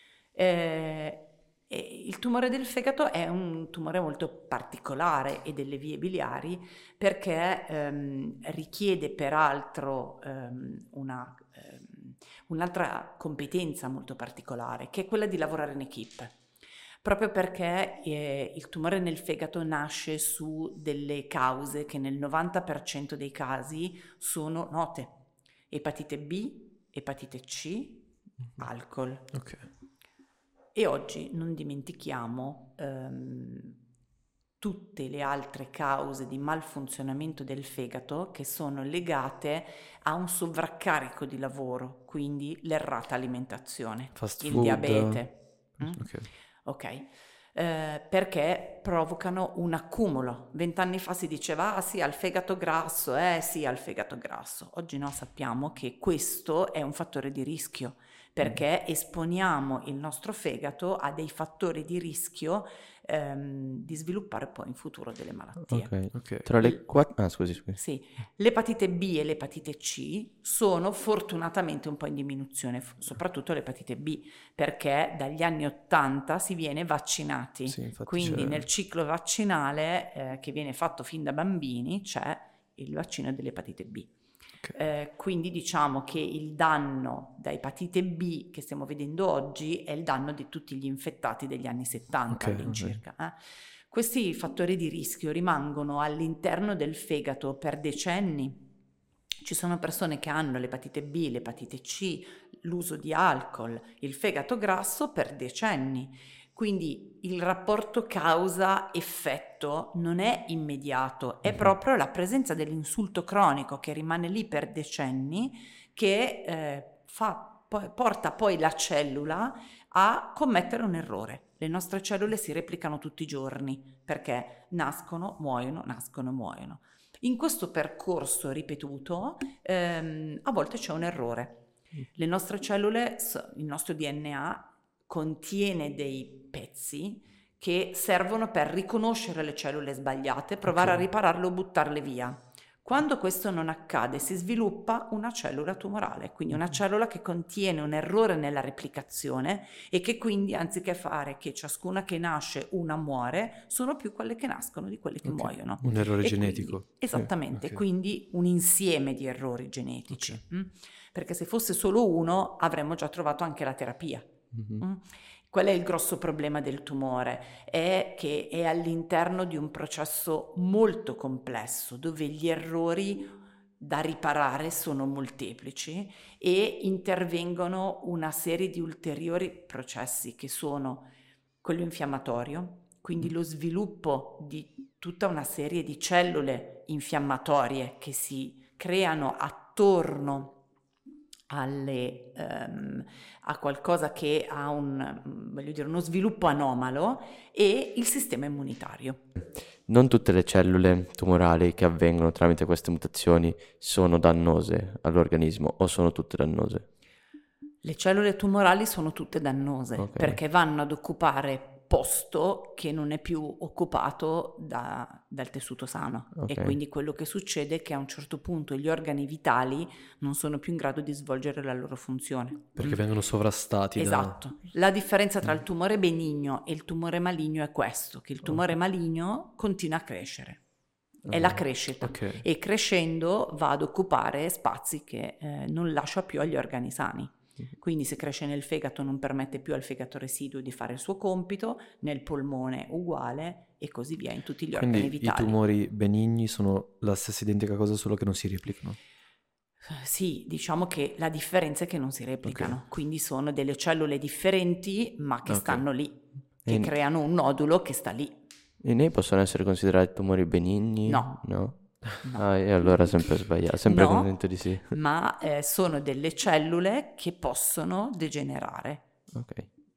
Eh, E il tumore del fegato è un tumore molto particolare e delle vie biliari perché ehm, richiede peraltro ehm, una, ehm, un'altra competenza molto particolare, che è quella di lavorare in equipe, proprio perché eh, il tumore nel fegato nasce su delle cause che nel novanta per cento dei casi sono note: epatite B, epatite C, alcol. Ok. E oggi non dimentichiamo ehm, tutte le altre cause di malfunzionamento del fegato che sono legate a un sovraccarico di lavoro, quindi l'errata alimentazione, Fast il food. diabete. Mm? Ok. Ok. Eh, perché provocano un accumulo. Vent'anni fa si diceva ah sì al fegato grasso, eh sì al fegato grasso. Oggi no, sappiamo che questo è un fattore di rischio, perché esponiamo il nostro fegato a dei fattori di rischio ehm, di sviluppare poi in futuro delle malattie. Ok, okay. Tra le quattro... Ah, scusi, scusi. Sì, l'epatite B e l'epatite C sono fortunatamente un po' in diminuzione, soprattutto l'epatite B, perché dagli anni ottanta si viene vaccinati, sì, quindi c'è... nel ciclo vaccinale eh, che viene fatto fin da bambini c'è il vaccino dell'epatite B. Okay. Eh, quindi diciamo che il danno da epatite B che stiamo vedendo oggi è il danno di tutti gli infettati degli anni settanta okay, all'incirca. Okay. Eh. Questi fattori di rischio rimangono all'interno del fegato per decenni. Ci sono persone che hanno l'epatite B, l'epatite C, l'uso di alcol, il fegato grasso per decenni. Quindi il rapporto causa-effetto non è immediato, è proprio la presenza dell'insulto cronico che rimane lì per decenni che eh, fa, poi, porta poi la cellula a commettere un errore. Le nostre cellule si replicano tutti i giorni perché nascono, muoiono, nascono, muoiono. In questo percorso ripetuto ehm, a volte c'è un errore. Le nostre cellule, il nostro D N A contiene dei pezzi che servono per riconoscere le cellule sbagliate, provare okay. a ripararle o buttarle via. Quando questo non accade, si sviluppa una cellula tumorale, quindi una cellula che contiene un errore nella replicazione e che quindi, anziché fare che ciascuna che nasce una muore, sono più quelle che nascono di quelle che okay. muoiono. Un errore e genetico. Quindi, esattamente, okay. quindi un insieme di errori genetici. Okay. Mm? Perché se fosse solo uno avremmo già trovato anche la terapia. Mm-hmm. Mm? Qual è il grosso problema del tumore? È che è all'interno di un processo molto complesso dove gli errori da riparare sono molteplici e intervengono una serie di ulteriori processi che sono quello infiammatorio, quindi lo sviluppo di tutta una serie di cellule infiammatorie che si creano attorno alle, um, a qualcosa che ha un, voglio dire, uno sviluppo anomalo, e il sistema immunitario. Non tutte le cellule tumorali che avvengono tramite queste mutazioni sono dannose all'organismo, o sono tutte dannose? Le cellule tumorali sono tutte dannose, okay. perché vanno ad occupare posto che non è più occupato da, dal tessuto sano, okay. e quindi quello che succede è che a un certo punto gli organi vitali non sono più in grado di svolgere la loro funzione. Perché mm. vengono sovrastati. Esatto. Da... La differenza tra il tumore benigno e il tumore maligno è questo, che il tumore okay. maligno continua a crescere. È la crescita, okay. e crescendo va ad occupare spazi che eh, non lascia più agli organi sani. Quindi se cresce nel fegato non permette più al fegato residuo di fare il suo compito, nel polmone uguale, e così via in tutti gli Quindi organi vitali. I tumori benigni sono la stessa identica cosa, solo che non si replicano? Sì, diciamo che la differenza è che non si replicano, okay. quindi sono delle cellule differenti ma che okay. stanno lì, che e creano un nodulo che sta lì. E nei possono essere considerati tumori benigni? No. No? No. Ah, e allora sempre sbagliato, sempre no, convinto di sì. Ma eh, sono delle cellule che possono degenerare. Ok.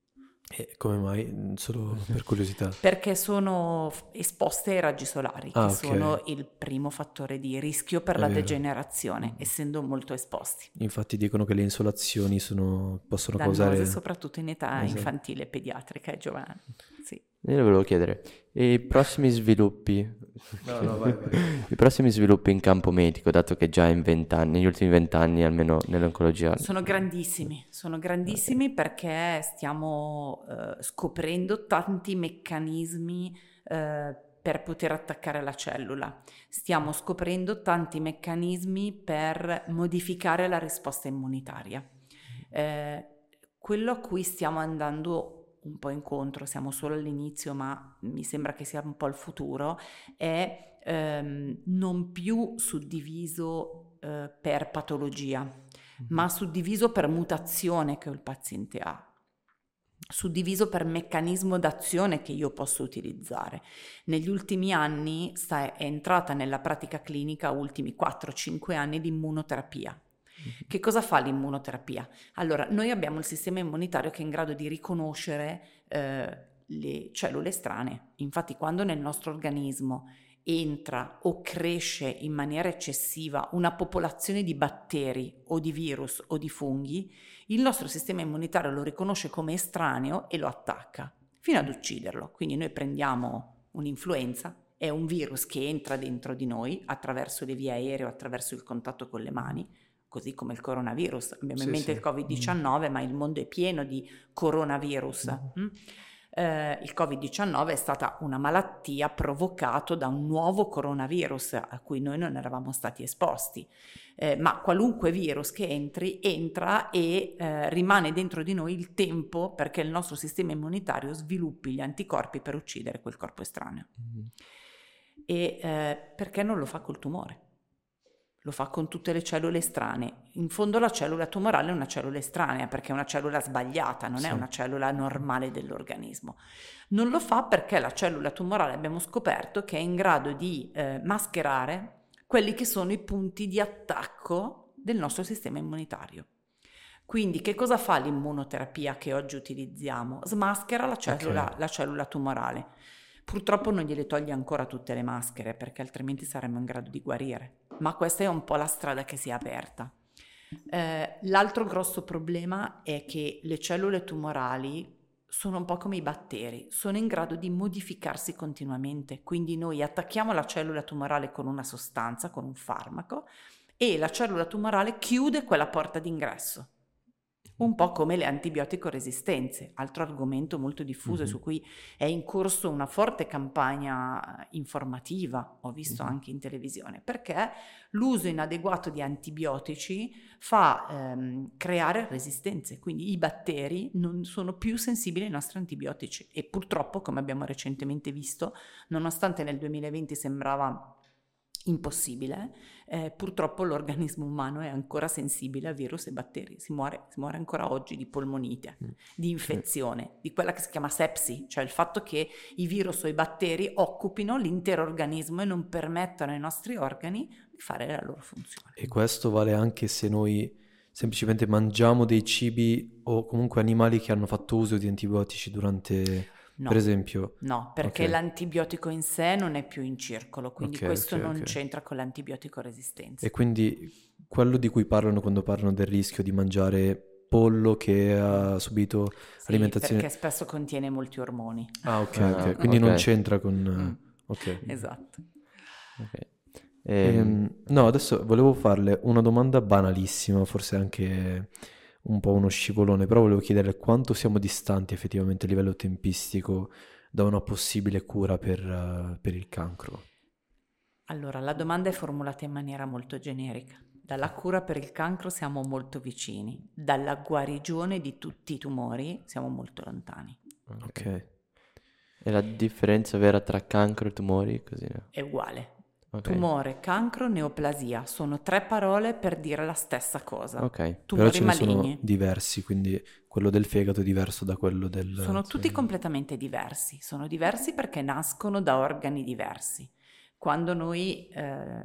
E come mai? Solo per curiosità. Perché sono esposte ai raggi solari, ah, che okay. sono il primo fattore di rischio per È la vero. degenerazione, essendo molto esposti. Infatti dicono che le insolazioni sono, possono Dannose, causare... soprattutto in età esatto. infantile, pediatrica e giovanile. Sì. Io le volevo chiedere, i prossimi sviluppi, no, no, vai, vai. i prossimi sviluppi in campo medico, dato che già in vent'anni, negli ultimi vent'anni almeno nell'oncologia... Sono grandissimi, sono grandissimi okay. perché stiamo uh, scoprendo tanti meccanismi uh, per poter attaccare la cellula. Stiamo scoprendo tanti meccanismi per modificare la risposta immunitaria. Uh, quello a cui stiamo andando un po' incontro, siamo solo all'inizio, ma mi sembra che sia un po' il futuro, è ehm, non più suddiviso eh, per patologia, mm-hmm. ma suddiviso per mutazione che il paziente ha, suddiviso per meccanismo d'azione che io posso utilizzare. Negli ultimi anni sta, è entrata nella pratica clinica, ultimi quattro cinque anni, di immunoterapia. Che cosa fa l'immunoterapia? Allora, noi abbiamo il sistema immunitario che è in grado di riconoscere eh, le cellule strane. Infatti, quando nel nostro organismo entra o cresce in maniera eccessiva una popolazione di batteri o di virus o di funghi, il nostro sistema immunitario lo riconosce come estraneo e lo attacca, fino ad ucciderlo. Quindi noi prendiamo un'influenza, è un virus che entra dentro di noi attraverso le vie aeree o attraverso il contatto con le mani, così come il coronavirus. Abbiamo sì, in mente sì. il covid diciannove, mm. ma il mondo è pieno di coronavirus. Mm. Mm? Eh, il covid diciannove è stata una malattia provocata da un nuovo coronavirus a cui noi non eravamo stati esposti. Eh, ma qualunque virus che entri, entra e eh, rimane dentro di noi il tempo perché il nostro sistema immunitario sviluppi gli anticorpi per uccidere quel corpo estraneo. Mm. E eh, perché non lo fa col tumore? Lo fa con tutte le cellule estranee. In fondo la cellula tumorale è una cellula estranea perché è una cellula sbagliata, non sì. è una cellula normale dell'organismo. Non lo fa perché la cellula tumorale abbiamo scoperto che è in grado di eh, mascherare quelli che sono i punti di attacco del nostro sistema immunitario. Quindi che cosa fa l'immunoterapia che oggi utilizziamo? Smaschera la cellula, okay. la cellula tumorale. Purtroppo non gliele toglie ancora tutte le maschere, perché altrimenti saremmo in grado di guarire. Ma questa è un po' la strada che si è aperta. Eh, l'altro grosso problema è che le cellule tumorali sono un po' come i batteri, sono in grado di modificarsi continuamente. Quindi noi attacchiamo la cellula tumorale con una sostanza, con un farmaco, e la cellula tumorale chiude quella porta d'ingresso. Un po' come le antibiotico resistenze, altro argomento molto diffuso, mm-hmm. su cui è in corso una forte campagna informativa, ho visto mm-hmm. anche in televisione, perché l'uso inadeguato di antibiotici fa ehm, creare resistenze, quindi i batteri non sono più sensibili ai nostri antibiotici e purtroppo, come abbiamo recentemente visto, nonostante nel duemilaventi sembrava impossibile, eh, purtroppo l'organismo umano è ancora sensibile a virus e batteri, si muore, si muore ancora oggi di polmonite, mm. di infezione, di quella che si chiama sepsi, cioè il fatto che i virus o i batteri occupino l'intero organismo e non permettano ai nostri organi di fare la loro funzione. E questo vale anche se noi semplicemente mangiamo dei cibi o comunque animali che hanno fatto uso di antibiotici durante... No, per esempio? No, perché okay. l'antibiotico in sé non è più in circolo, quindi okay, questo okay, non okay. c'entra con l'antibiotico resistenza. E quindi quello di cui parlano quando parlano del rischio di mangiare pollo che ha subito sì, alimentazione... perché spesso contiene molti ormoni. Ah, ok, ok. Ah, quindi okay. non c'entra con... Mm. Ok. Esatto. Ok. Ehm, no, adesso volevo farle una domanda banalissima, forse anche... un po' uno scivolone, però volevo chiedere quanto siamo distanti effettivamente a livello tempistico da una possibile cura per, uh, per il cancro. Allora, la domanda è formulata in maniera molto generica. Dalla cura per il cancro siamo molto vicini, dalla guarigione di tutti i tumori siamo molto lontani. Ok. okay. E la differenza vera tra cancro e tumori? Così? È uguale. Okay. Tumore, cancro, neoplasia, sono tre parole per dire la stessa cosa. Ok. Tumori Però ce maligni. ne sono diversi, quindi quello del fegato è diverso da quello del... Sono tutti sì. completamente diversi, sono diversi perché nascono da organi diversi. Quando noi eh,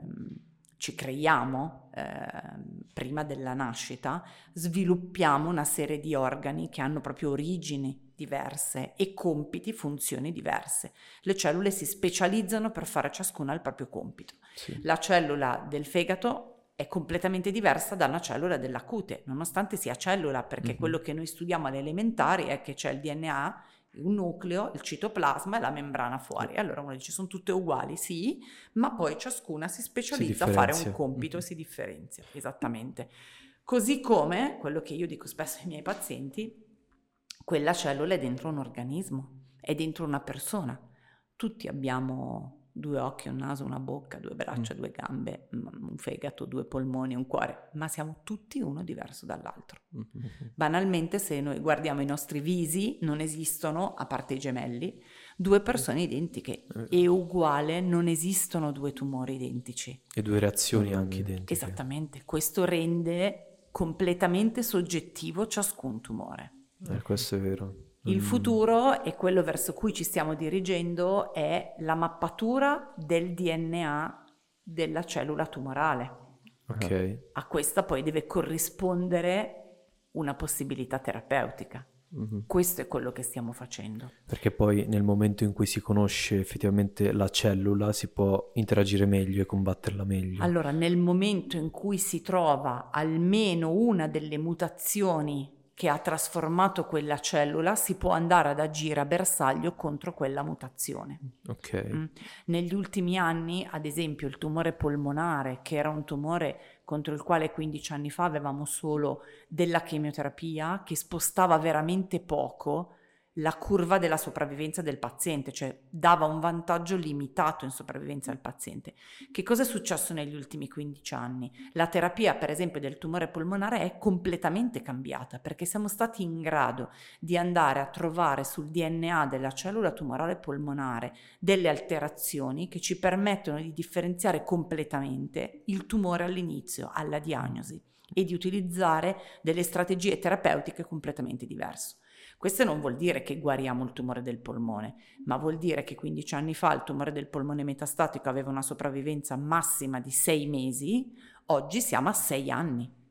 ci creiamo, eh, prima della nascita, sviluppiamo una serie di organi che hanno proprio origini diverse e compiti, funzioni diverse. Le cellule si specializzano per fare ciascuna il proprio compito. Sì. La cellula del fegato è completamente diversa da una cellula della cute, nonostante sia cellula, perché mm-hmm. quello che noi studiamo alle elementari è che c'è il D N A, un nucleo, il citoplasma e la membrana fuori. Allora uno dice sono tutte uguali, sì, ma poi ciascuna si specializza si a fare un compito mm-hmm. e si differenzia, esattamente. Così come, quello che io dico spesso ai miei pazienti, quella cellula è dentro un organismo, è dentro una persona. Tutti abbiamo due occhi, un naso, una bocca, due braccia, mm. due gambe, un fegato, due polmoni, un cuore, ma siamo tutti uno diverso dall'altro. Mm-hmm. Banalmente, se noi guardiamo i nostri visi, non esistono, a parte i gemelli, due persone identiche. E uguale, non esistono due tumori identici. E due reazioni mm-hmm. anche identiche. Esattamente. Questo rende completamente soggettivo ciascun tumore. Eh, questo è vero. Il mm. futuro, e quello verso cui ci stiamo dirigendo, è la mappatura del D N A della cellula tumorale. Ok. A questa poi deve corrispondere una possibilità terapeutica. Mm-hmm. Questo è quello che stiamo facendo. Perché poi nel momento in cui si conosce effettivamente la cellula si può interagire meglio e combatterla meglio. Allora, nel momento in cui si trova almeno una delle mutazioni che ha trasformato quella cellula, si può andare ad agire a bersaglio contro quella mutazione. Ok. Mm. Negli ultimi anni, ad esempio, il tumore polmonare, che era un tumore contro il quale quindici anni fa avevamo solo della chemioterapia, che spostava veramente poco la curva della sopravvivenza del paziente, cioè dava un vantaggio limitato in sopravvivenza al paziente. Che cosa è successo negli ultimi quindici anni? La terapia, per esempio, del tumore polmonare è completamente cambiata, perché siamo stati in grado di andare a trovare sul D N A della cellula tumorale polmonare delle alterazioni che ci permettono di differenziare completamente il tumore all'inizio, alla diagnosi, e di utilizzare delle strategie terapeutiche completamente diverse. Questo non vuol dire che guariamo il tumore del polmone, ma vuol dire che quindici anni fa il tumore del polmone metastatico aveva una sopravvivenza massima di sei mesi, oggi siamo a sei anni.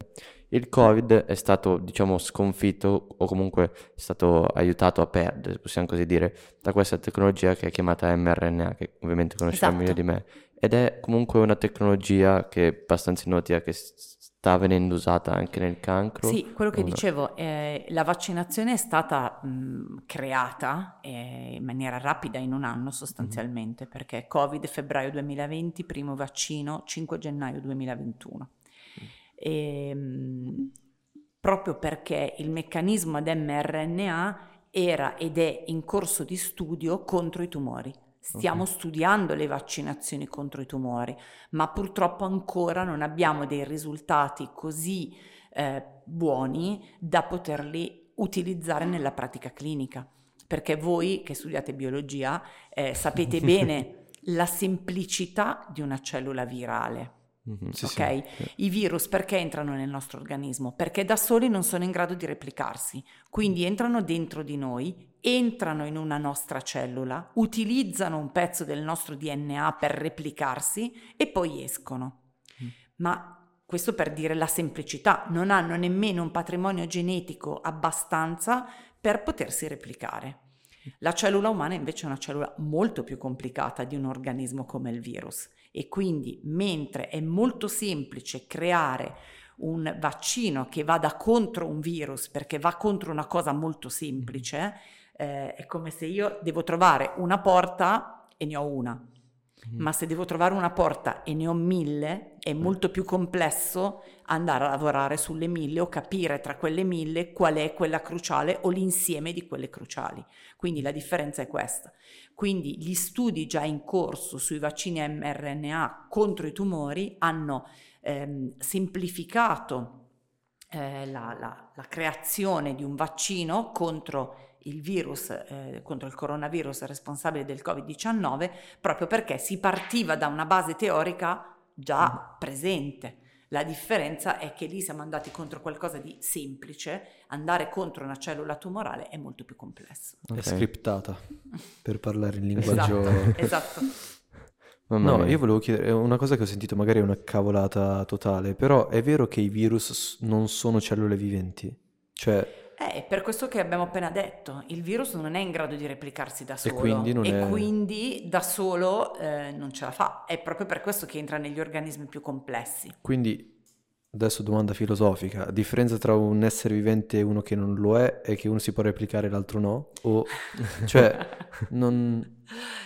il Covid è stato, diciamo, sconfitto o comunque è stato aiutato a perdere, possiamo così dire, da questa tecnologia che è chiamata mRNA, che ovviamente conosciamo Esatto. meglio di me. Ed è comunque una tecnologia che è abbastanza innovativa, che sta venendo usata anche nel cancro. Sì, quello che o no? dicevo, eh, la vaccinazione è stata mh, creata eh, in maniera rapida in un anno sostanzialmente, perché Covid febbraio duemilaventi, primo vaccino cinque gennaio duemilaventuno. E, mh, proprio perché il meccanismo ad mRNA era ed è in corso di studio contro i tumori. Stiamo Ok. studiando le vaccinazioni contro i tumori, ma purtroppo ancora non abbiamo dei risultati così eh, buoni da poterli utilizzare nella pratica clinica. Perché voi che studiate biologia eh, sapete bene la semplicità di una cellula virale. Mhm. Sì, Ok? sì. I virus perché entrano nel nostro organismo? Perché da soli non sono in grado di replicarsi, quindi entrano dentro di noi, entrano in una nostra cellula, utilizzano un pezzo del nostro D N A per replicarsi e poi escono. Ma questo per dire la semplicità, non hanno nemmeno un patrimonio genetico abbastanza per potersi replicare. La cellula umana invece è una cellula molto più complicata di un organismo come il virus e quindi mentre è molto semplice creare un vaccino che vada contro un virus perché va contro una cosa molto semplice, eh, è come se io devo trovare una porta e ne ho una. Ma se devo trovare una porta e ne ho mille, è molto più complesso andare a lavorare sulle mille o capire tra quelle mille qual è quella cruciale o l'insieme di quelle cruciali. Quindi la differenza è questa. Quindi gli studi già in corso sui vaccini mRNA contro i tumori hanno ehm, semplificato eh, la, la, la creazione di un vaccino contro il virus, eh, contro il coronavirus responsabile del covid diciannove, proprio perché si partiva da una base teorica già presente. La differenza è che lì siamo andati contro qualcosa di semplice, andare contro una cellula tumorale è molto più complesso. È Ok. scriptata, per parlare in linguaggio... Esatto, esatto. Mamma No, mia. io volevo chiedere, una cosa che ho sentito, magari è una cavolata totale, però è vero che i virus s- non sono cellule viventi? Cioè, Eh, È per questo che abbiamo appena detto, il virus non è in grado di replicarsi da solo quindi non e è- quindi da solo eh, non ce la fa. È proprio per questo che entra negli organismi più complessi. quindi, adesso domanda filosofica, la differenza tra un essere vivente e uno che non lo è è che uno si può replicare e l'altro no? O, cioè, non...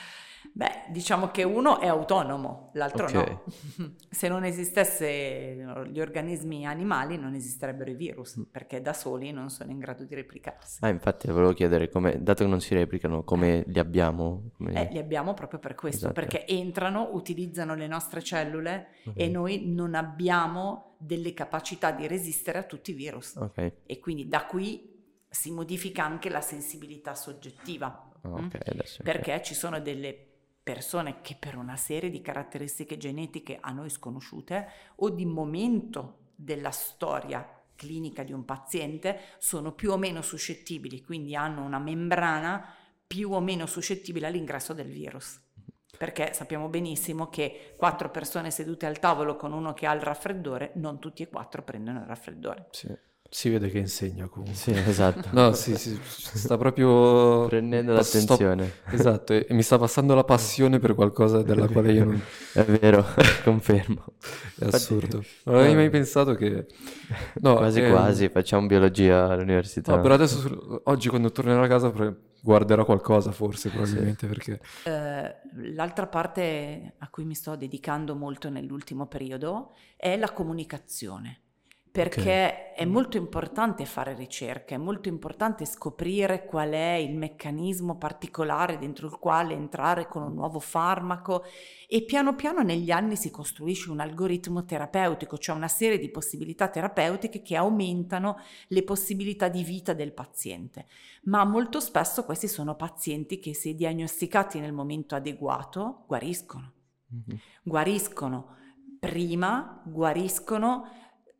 Beh, diciamo che uno è autonomo, l'altro Ok. no. Se non esistesse gli organismi animali non esisterebbero i virus, perché da soli non sono in grado di replicarsi. Ah, infatti volevo chiedere, come, dato che non si replicano, come li abbiamo? Come- Eh, li abbiamo proprio per questo, Esatto. perché entrano, utilizzano le nostre cellule Ok. e noi non abbiamo delle capacità di resistere a tutti i virus. Ok, E quindi da qui si modifica anche la sensibilità soggettiva. ah, mm? ok, adesso. Perché ci sono delle persone che per una serie di caratteristiche genetiche a noi sconosciute o di momento della storia clinica di un paziente sono più o meno suscettibili, quindi hanno una membrana più o meno suscettibile all'ingresso del virus. Perché sappiamo benissimo che quattro persone sedute al tavolo con uno che ha il raffreddore, non tutti e quattro prendono il raffreddore. Sì. Si vede che insegna comunque. Sì, esatto. No, sì, sì, sta proprio... Prendendo sto- l'attenzione. Esatto, e e mi sta passando la passione per qualcosa della quale io non... È vero, confermo. È assurdo. Non avevi mai pensato che... No, Quasi ehm, quasi, facciamo biologia all'università. No, però adesso sul- oggi quando tornerò a casa pre- guarderò qualcosa forse, probabilmente, perché... Eh, l'altra parte a cui mi sto dedicando molto nell'ultimo periodo è la comunicazione, perché è molto importante fare ricerca, è molto importante scoprire qual è il meccanismo particolare dentro il quale entrare con un nuovo farmaco e piano piano negli anni si costruisce un algoritmo terapeutico, cioè una serie di possibilità terapeutiche che aumentano le possibilità di vita del paziente. Ma molto spesso questi sono pazienti che, se diagnosticati nel momento adeguato, guariscono. Mhm. Guariscono prima, guariscono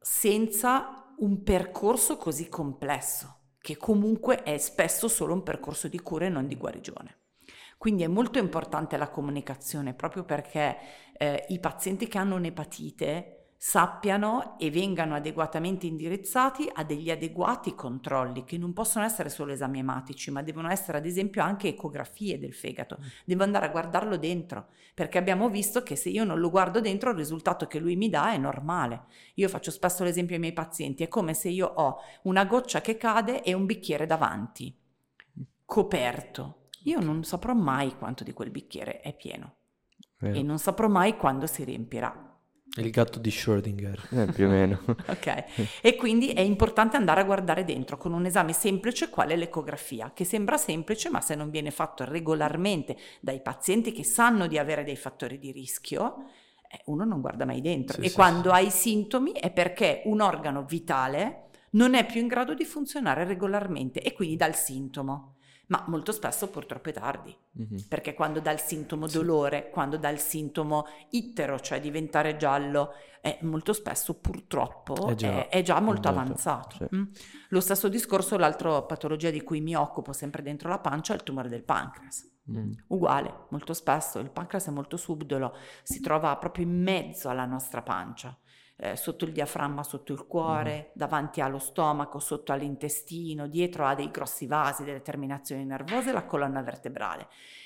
senza un percorso così complesso, che comunque è spesso solo un percorso di cura e non di guarigione. Quindi è molto importante la comunicazione, proprio perché eh, i pazienti che hanno un'epatite sappiano e vengano adeguatamente indirizzati a degli adeguati controlli che non possono essere solo esami ematici, ma devono essere ad esempio anche ecografie del fegato. Devo andare a guardarlo dentro, perché abbiamo visto che se io non lo guardo dentro il risultato che lui mi dà è normale. Io faccio spesso l'esempio ai miei pazienti, è come se io ho una goccia che cade e un bicchiere davanti, coperto. Io non saprò mai quanto di quel bicchiere è pieno Vero. e non saprò mai quando si riempirà. Il gatto di Schrödinger. Eh, più o meno. Ok, e quindi è importante andare a guardare dentro con un esame semplice qual è l'ecografia, che sembra semplice, ma se non viene fatto regolarmente dai pazienti che sanno di avere dei fattori di rischio, eh, uno non guarda mai dentro. Sì, e sì, quando sì. hai sintomi è perché un organo vitale non è più in grado di funzionare regolarmente e quindi dà il sintomo. Ma molto spesso purtroppo è tardi, Mhm. perché quando dà il sintomo Sì. dolore, quando dà il sintomo ittero, cioè diventare giallo, eh, molto spesso purtroppo È già- è, è già molto molto, avanzato. sì. mm? Lo stesso discorso, l'altra patologia di cui mi occupo sempre dentro la pancia è il tumore del pancreas. Mm. Uguale, molto spesso il pancreas è molto subdolo, si trova proprio in mezzo alla nostra pancia. Eh, sotto il diaframma, sotto il cuore, davanti allo stomaco, sotto all'intestino, dietro ha dei grossi vasi, delle terminazioni nervose e la colonna vertebrale.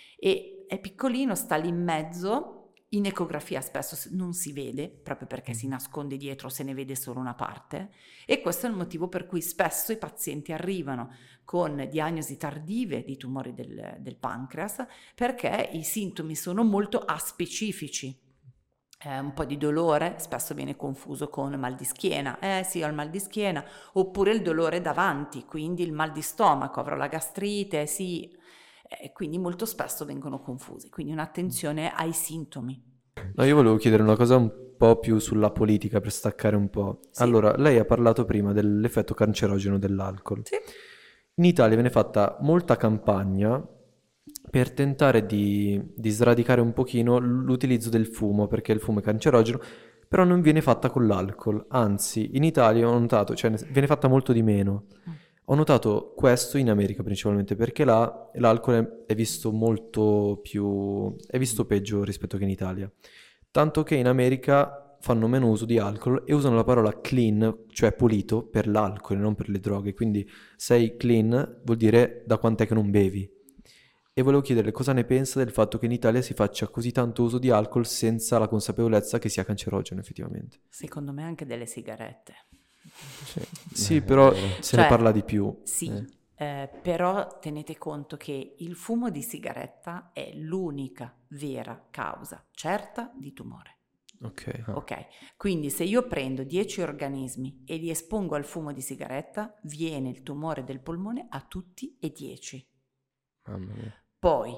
E è piccolino, sta lì in mezzo, in ecografia spesso non si vede, proprio perché si nasconde dietro, se ne vede solo una parte, e questo è il motivo per cui spesso i pazienti arrivano con diagnosi tardive di tumori del, del pancreas, perché i sintomi sono molto aspecifici. Eh, un po' di dolore, spesso viene confuso con mal di schiena, eh sì ho il mal di schiena, oppure il dolore davanti, quindi il mal di stomaco, avrò la gastrite, sì, eh, quindi molto spesso vengono confusi, quindi un'attenzione ai sintomi. No, io volevo chiedere una cosa un po' più sulla politica per staccare un po'. Sì. Allora, lei ha parlato prima dell'effetto cancerogeno dell'alcol. Sì. In Italia viene fatta molta campagna per tentare di, di sradicare un pochino l'utilizzo del fumo, perché il fumo è cancerogeno, però non viene fatta con l'alcol. Anzi, in Italia ho notato, cioè viene fatta molto di meno. Ho notato questo in America principalmente, perché là l'alcol è, è visto molto più... è visto peggio rispetto che in Italia. Tanto che in America fanno meno uso di alcol e usano la parola clean, cioè pulito, per l'alcol e non per le droghe. Quindi sei clean vuol dire da quant'è che non bevi. E volevo chiederle cosa ne pensa del fatto che in Italia si faccia così tanto uso di alcol senza la consapevolezza che sia cancerogeno effettivamente. Secondo me anche delle sigarette. Sì, Sì, Eh, però è vero. se Cioè, ne parla di più. Sì, Eh. eh, però tenete conto che il fumo di sigaretta è l'unica vera causa certa di tumore. Ok. Ah. Ok, quindi se io prendo dieci organismi e li espongo al fumo di sigaretta, viene il tumore del polmone a tutti e dieci. Mamma mia. Poi,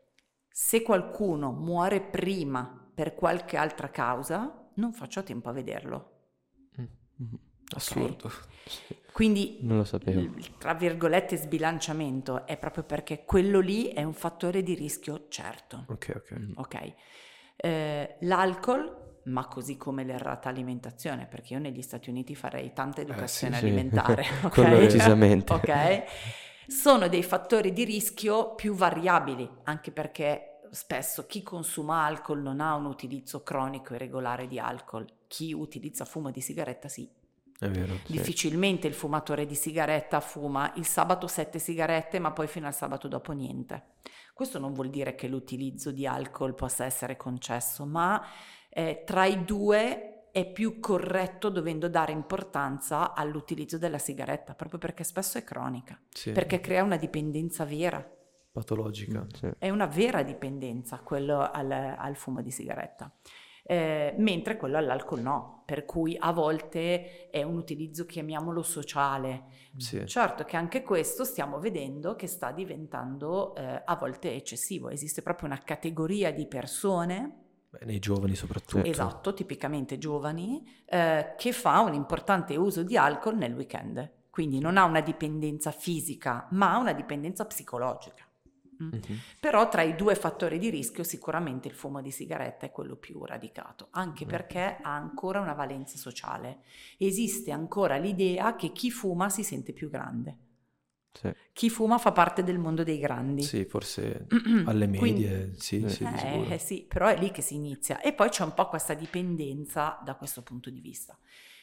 se qualcuno muore prima per qualche altra causa, non faccio a tempo a vederlo. Mhm. Assurdo. Sì. Quindi, Non lo sapevo. il, tra virgolette, sbilanciamento è proprio perché quello lì è un fattore di rischio certo. Ok, ok. Mm. Ok, Eh, l'alcol, ma così come l'errata alimentazione, perché io negli Stati Uniti farei tanta educazione sì, sì. alimentare, ok? Quello decisamente. Ok? Sono dei fattori di rischio più variabili, anche perché spesso chi consuma alcol non ha un utilizzo cronico e regolare di alcol, chi utilizza fumo di sigaretta sì. È vero. Sì. Difficilmente il fumatore di sigaretta fuma il sabato sette sigarette, ma poi fino al sabato dopo niente. Questo non vuol dire che l'utilizzo di alcol possa essere concesso, ma eh, tra i due è più corretto dovendo dare importanza all'utilizzo della sigaretta, proprio perché spesso è cronica, Sì. perché crea una dipendenza vera. Patologica. Sì. È una vera dipendenza quello al, al fumo di sigaretta. Eh, mentre quello all'alcol no, per cui a volte è un utilizzo, chiamiamolo sociale. Sì. Certo che anche questo stiamo vedendo che sta diventando eh, a volte eccessivo, esiste proprio una categoria di persone, Beh, nei giovani soprattutto. esatto, tipicamente giovani, eh, che fa un importante uso di alcol nel weekend, quindi non ha una dipendenza fisica ma ha una dipendenza psicologica. Mhm. Però tra i due fattori di rischio sicuramente il fumo di sigaretta è quello più radicato, anche perché ha ancora una valenza sociale. Esiste ancora l'idea che chi fuma si sente più grande. Sì. Chi fuma fa parte del mondo dei grandi. Sì, forse alle medie, Quindi, sì, sì, di sicuro. Eh, sì, però è lì che si inizia. E poi c'è un po' questa dipendenza da questo punto di vista.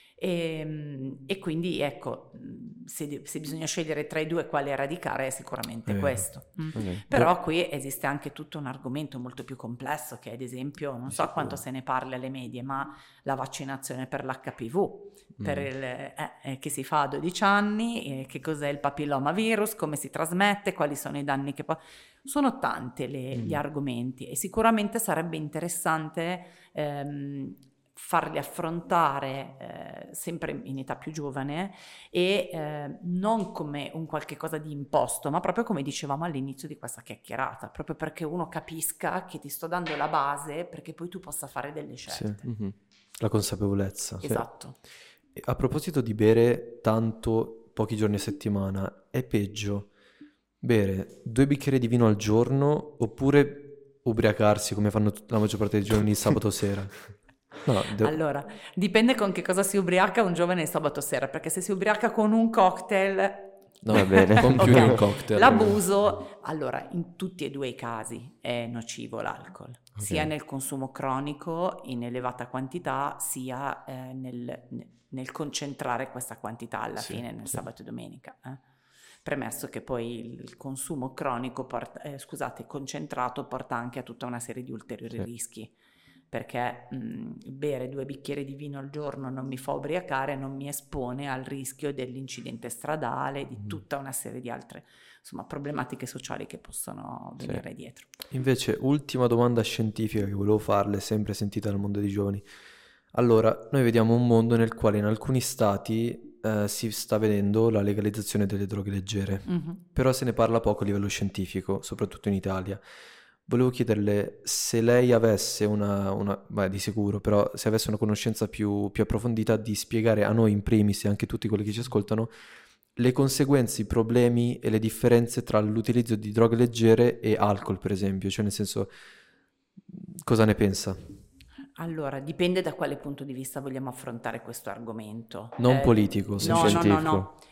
E, e quindi ecco, se, se bisogna scegliere tra i due quale radicare è sicuramente eh, questo. Mm. Okay. Però qui esiste anche tutto un argomento molto più complesso che ad esempio, non so sicuro. quanto se ne parli alle medie, ma la vaccinazione per l'H P V, mm. per il, eh, eh, che si fa a dodici anni, eh, che cos'è il papillomavirus, come si trasmette, quali sono i danni che può... Sono tanti le, mm. gli argomenti e sicuramente sarebbe interessante ehm, farli affrontare eh, sempre in età più giovane e eh, non come un qualche cosa di imposto, ma proprio come dicevamo all'inizio di questa chiacchierata, proprio perché uno capisca che ti sto dando la base perché poi tu possa fare delle scelte. Sì. Mm-hmm. La consapevolezza. Esatto. Sì. A proposito di bere tanto pochi giorni a settimana, è peggio bere due bicchieri di vino al giorno oppure ubriacarsi come fanno la maggior parte dei giorni il sabato sera? No, devo... Allora, dipende con che cosa si ubriaca un giovane il sabato sera, perché se si ubriaca con un cocktail... No, va bene, con più okay. di un cocktail. L'abuso, allora, in tutti e due i casi è nocivo l'alcol, okay. sia nel consumo cronico in elevata quantità, sia eh, nel, nel concentrare questa quantità alla sì, fine nel sì. sabato e domenica. Eh? Premesso che poi il consumo cronico, porta, eh, scusate, concentrato porta anche a tutta una serie di ulteriori sì. rischi. Perché mh, bere due bicchieri di vino al giorno non mi fa ubriacare, non mi espone al rischio dell'incidente stradale, di tutta una serie di altre insomma, problematiche sociali che possono venire sì. dietro. Invece, ultima domanda scientifica che volevo farle, sempre sentita dal mondo dei giovani. Allora, noi vediamo un mondo nel quale in alcuni stati eh, si sta vedendo la legalizzazione delle droghe leggere, mm-hmm. però se ne parla poco a livello scientifico, soprattutto in Italia. Volevo chiederle se lei avesse una, una beh, di sicuro, però se avesse una conoscenza più, più approfondita di spiegare a noi in primis e anche a tutti quelli che ci ascoltano le conseguenze, i problemi e le differenze tra l'utilizzo di droghe leggere e alcol, per esempio, cioè nel senso, cosa ne pensa? Allora, dipende da quale punto di vista vogliamo affrontare questo argomento. Non eh, politico, se no, scientifico. No, no, no.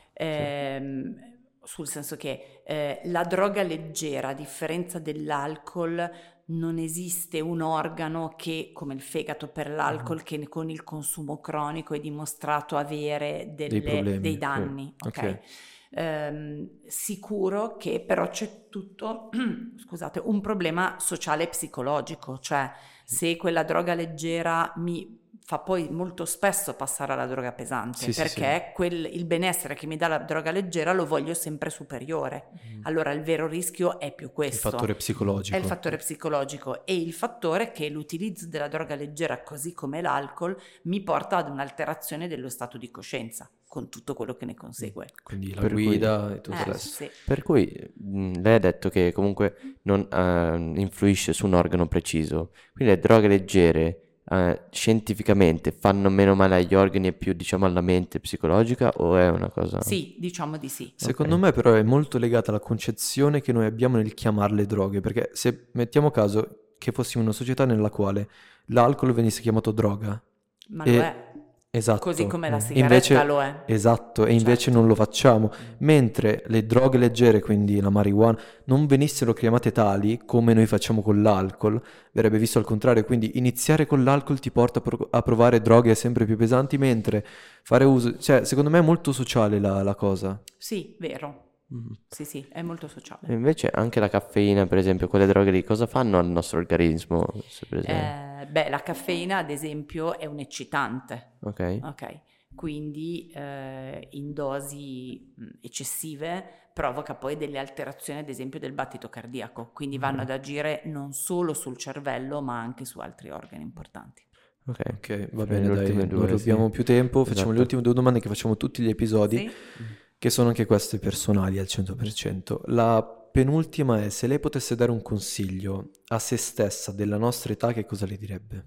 Ehm, sì. Sul senso che eh, la droga leggera, a differenza dell'alcol, non esiste un organo che, come il fegato per l'alcol, uh-huh. che con il consumo cronico è dimostrato avere delle, dei, dei danni. Sì. Okay? Okay. Ehm, sicuro che però c'è tutto, scusate, un problema sociale e psicologico, cioè se quella droga leggera mi fa poi molto spesso passare alla droga pesante, sì, perché sì, sì. Quel, il benessere che mi dà la droga leggera lo voglio sempre superiore. Mm. Allora il vero rischio è più questo. Il fattore psicologico. È il fattore psicologico e il fattore che l'utilizzo della droga leggera, così come l'alcol, mi porta ad un'alterazione dello stato di coscienza, con tutto quello che ne consegue. Quindi la per guida cui, e tutto eh, il resto. Sì. Per cui mh, lei ha detto che comunque non uh, influisce su un organo preciso, quindi le droghe leggere Uh, scientificamente fanno meno male agli organi e più diciamo alla mente psicologica o è una cosa... Sì, diciamo di sì. Secondo okay. me però è molto legata alla concezione che noi abbiamo nel chiamarle droghe, perché se mettiamo caso che fossimo una società nella quale l'alcol venisse chiamato droga... Ma e... lo è. Esatto. Così come la sigaretta invece, lo è. Esatto, e invece certo. non lo facciamo. Mentre le droghe leggere, quindi la marijuana, non venissero chiamate tali come noi facciamo con l'alcol, verrebbe visto al contrario. Quindi iniziare con l'alcol ti porta a, pro- a provare droghe sempre più pesanti, mentre fare uso... Cioè, secondo me è molto sociale la, la cosa. Sì, vero. Mm-hmm. Sì, sì, è molto sociale. E invece anche la caffeina, per esempio, quelle droghe lì, cosa fanno al nostro organismo? Se per eh, beh, la caffeina, ad esempio, è un eccitante. Ok. Ok. Quindi eh, in dosi mh, eccessive provoca poi delle alterazioni, ad esempio, del battito cardiaco. Quindi vanno mm-hmm. ad agire non solo sul cervello, ma anche su altri organi importanti. Ok, okay va bene, dai, due, non abbiamo sì. più tempo, facciamo esatto. le ultime due domande che facciamo tutti gli episodi. Sì. Che sono anche queste personali al cento per cento. La penultima è: se lei potesse dare un consiglio a se stessa della nostra età, che cosa le direbbe?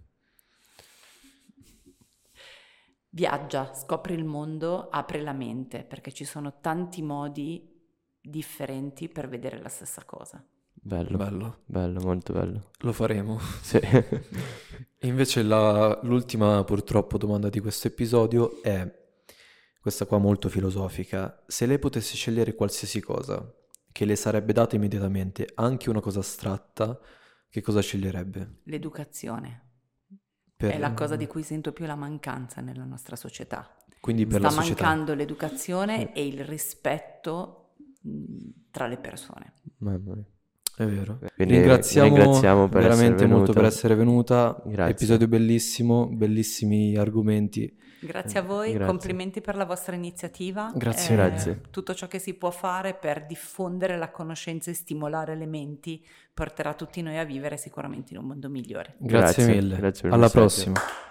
Viaggia, scopri il mondo, apri la mente, perché ci sono tanti modi differenti per vedere la stessa cosa. Bello, bello, bello, molto bello. Lo faremo. Sì. E invece la, l'ultima purtroppo domanda di questo episodio è: questa qua molto filosofica. Se lei potesse scegliere qualsiasi cosa che le sarebbe data immediatamente, anche una cosa astratta, che cosa sceglierebbe? L'educazione. Per... È la cosa di cui sento più la mancanza nella nostra società. Quindi per Sta la società. mancando l'educazione e il rispetto mh, tra le persone. Mamma mia. È vero. Quindi ringraziamo, ringraziamo per veramente essere molto venuta. per essere venuta. Grazie. Episodio bellissimo, bellissimi argomenti. Grazie a voi, Grazie. Complimenti per la vostra iniziativa. Grazie. Eh, Grazie. Tutto ciò che si può fare per diffondere la conoscenza e stimolare le menti porterà tutti noi a vivere sicuramente in un mondo migliore. Grazie, Grazie. mille. Grazie per il Alla messaggio. prossima.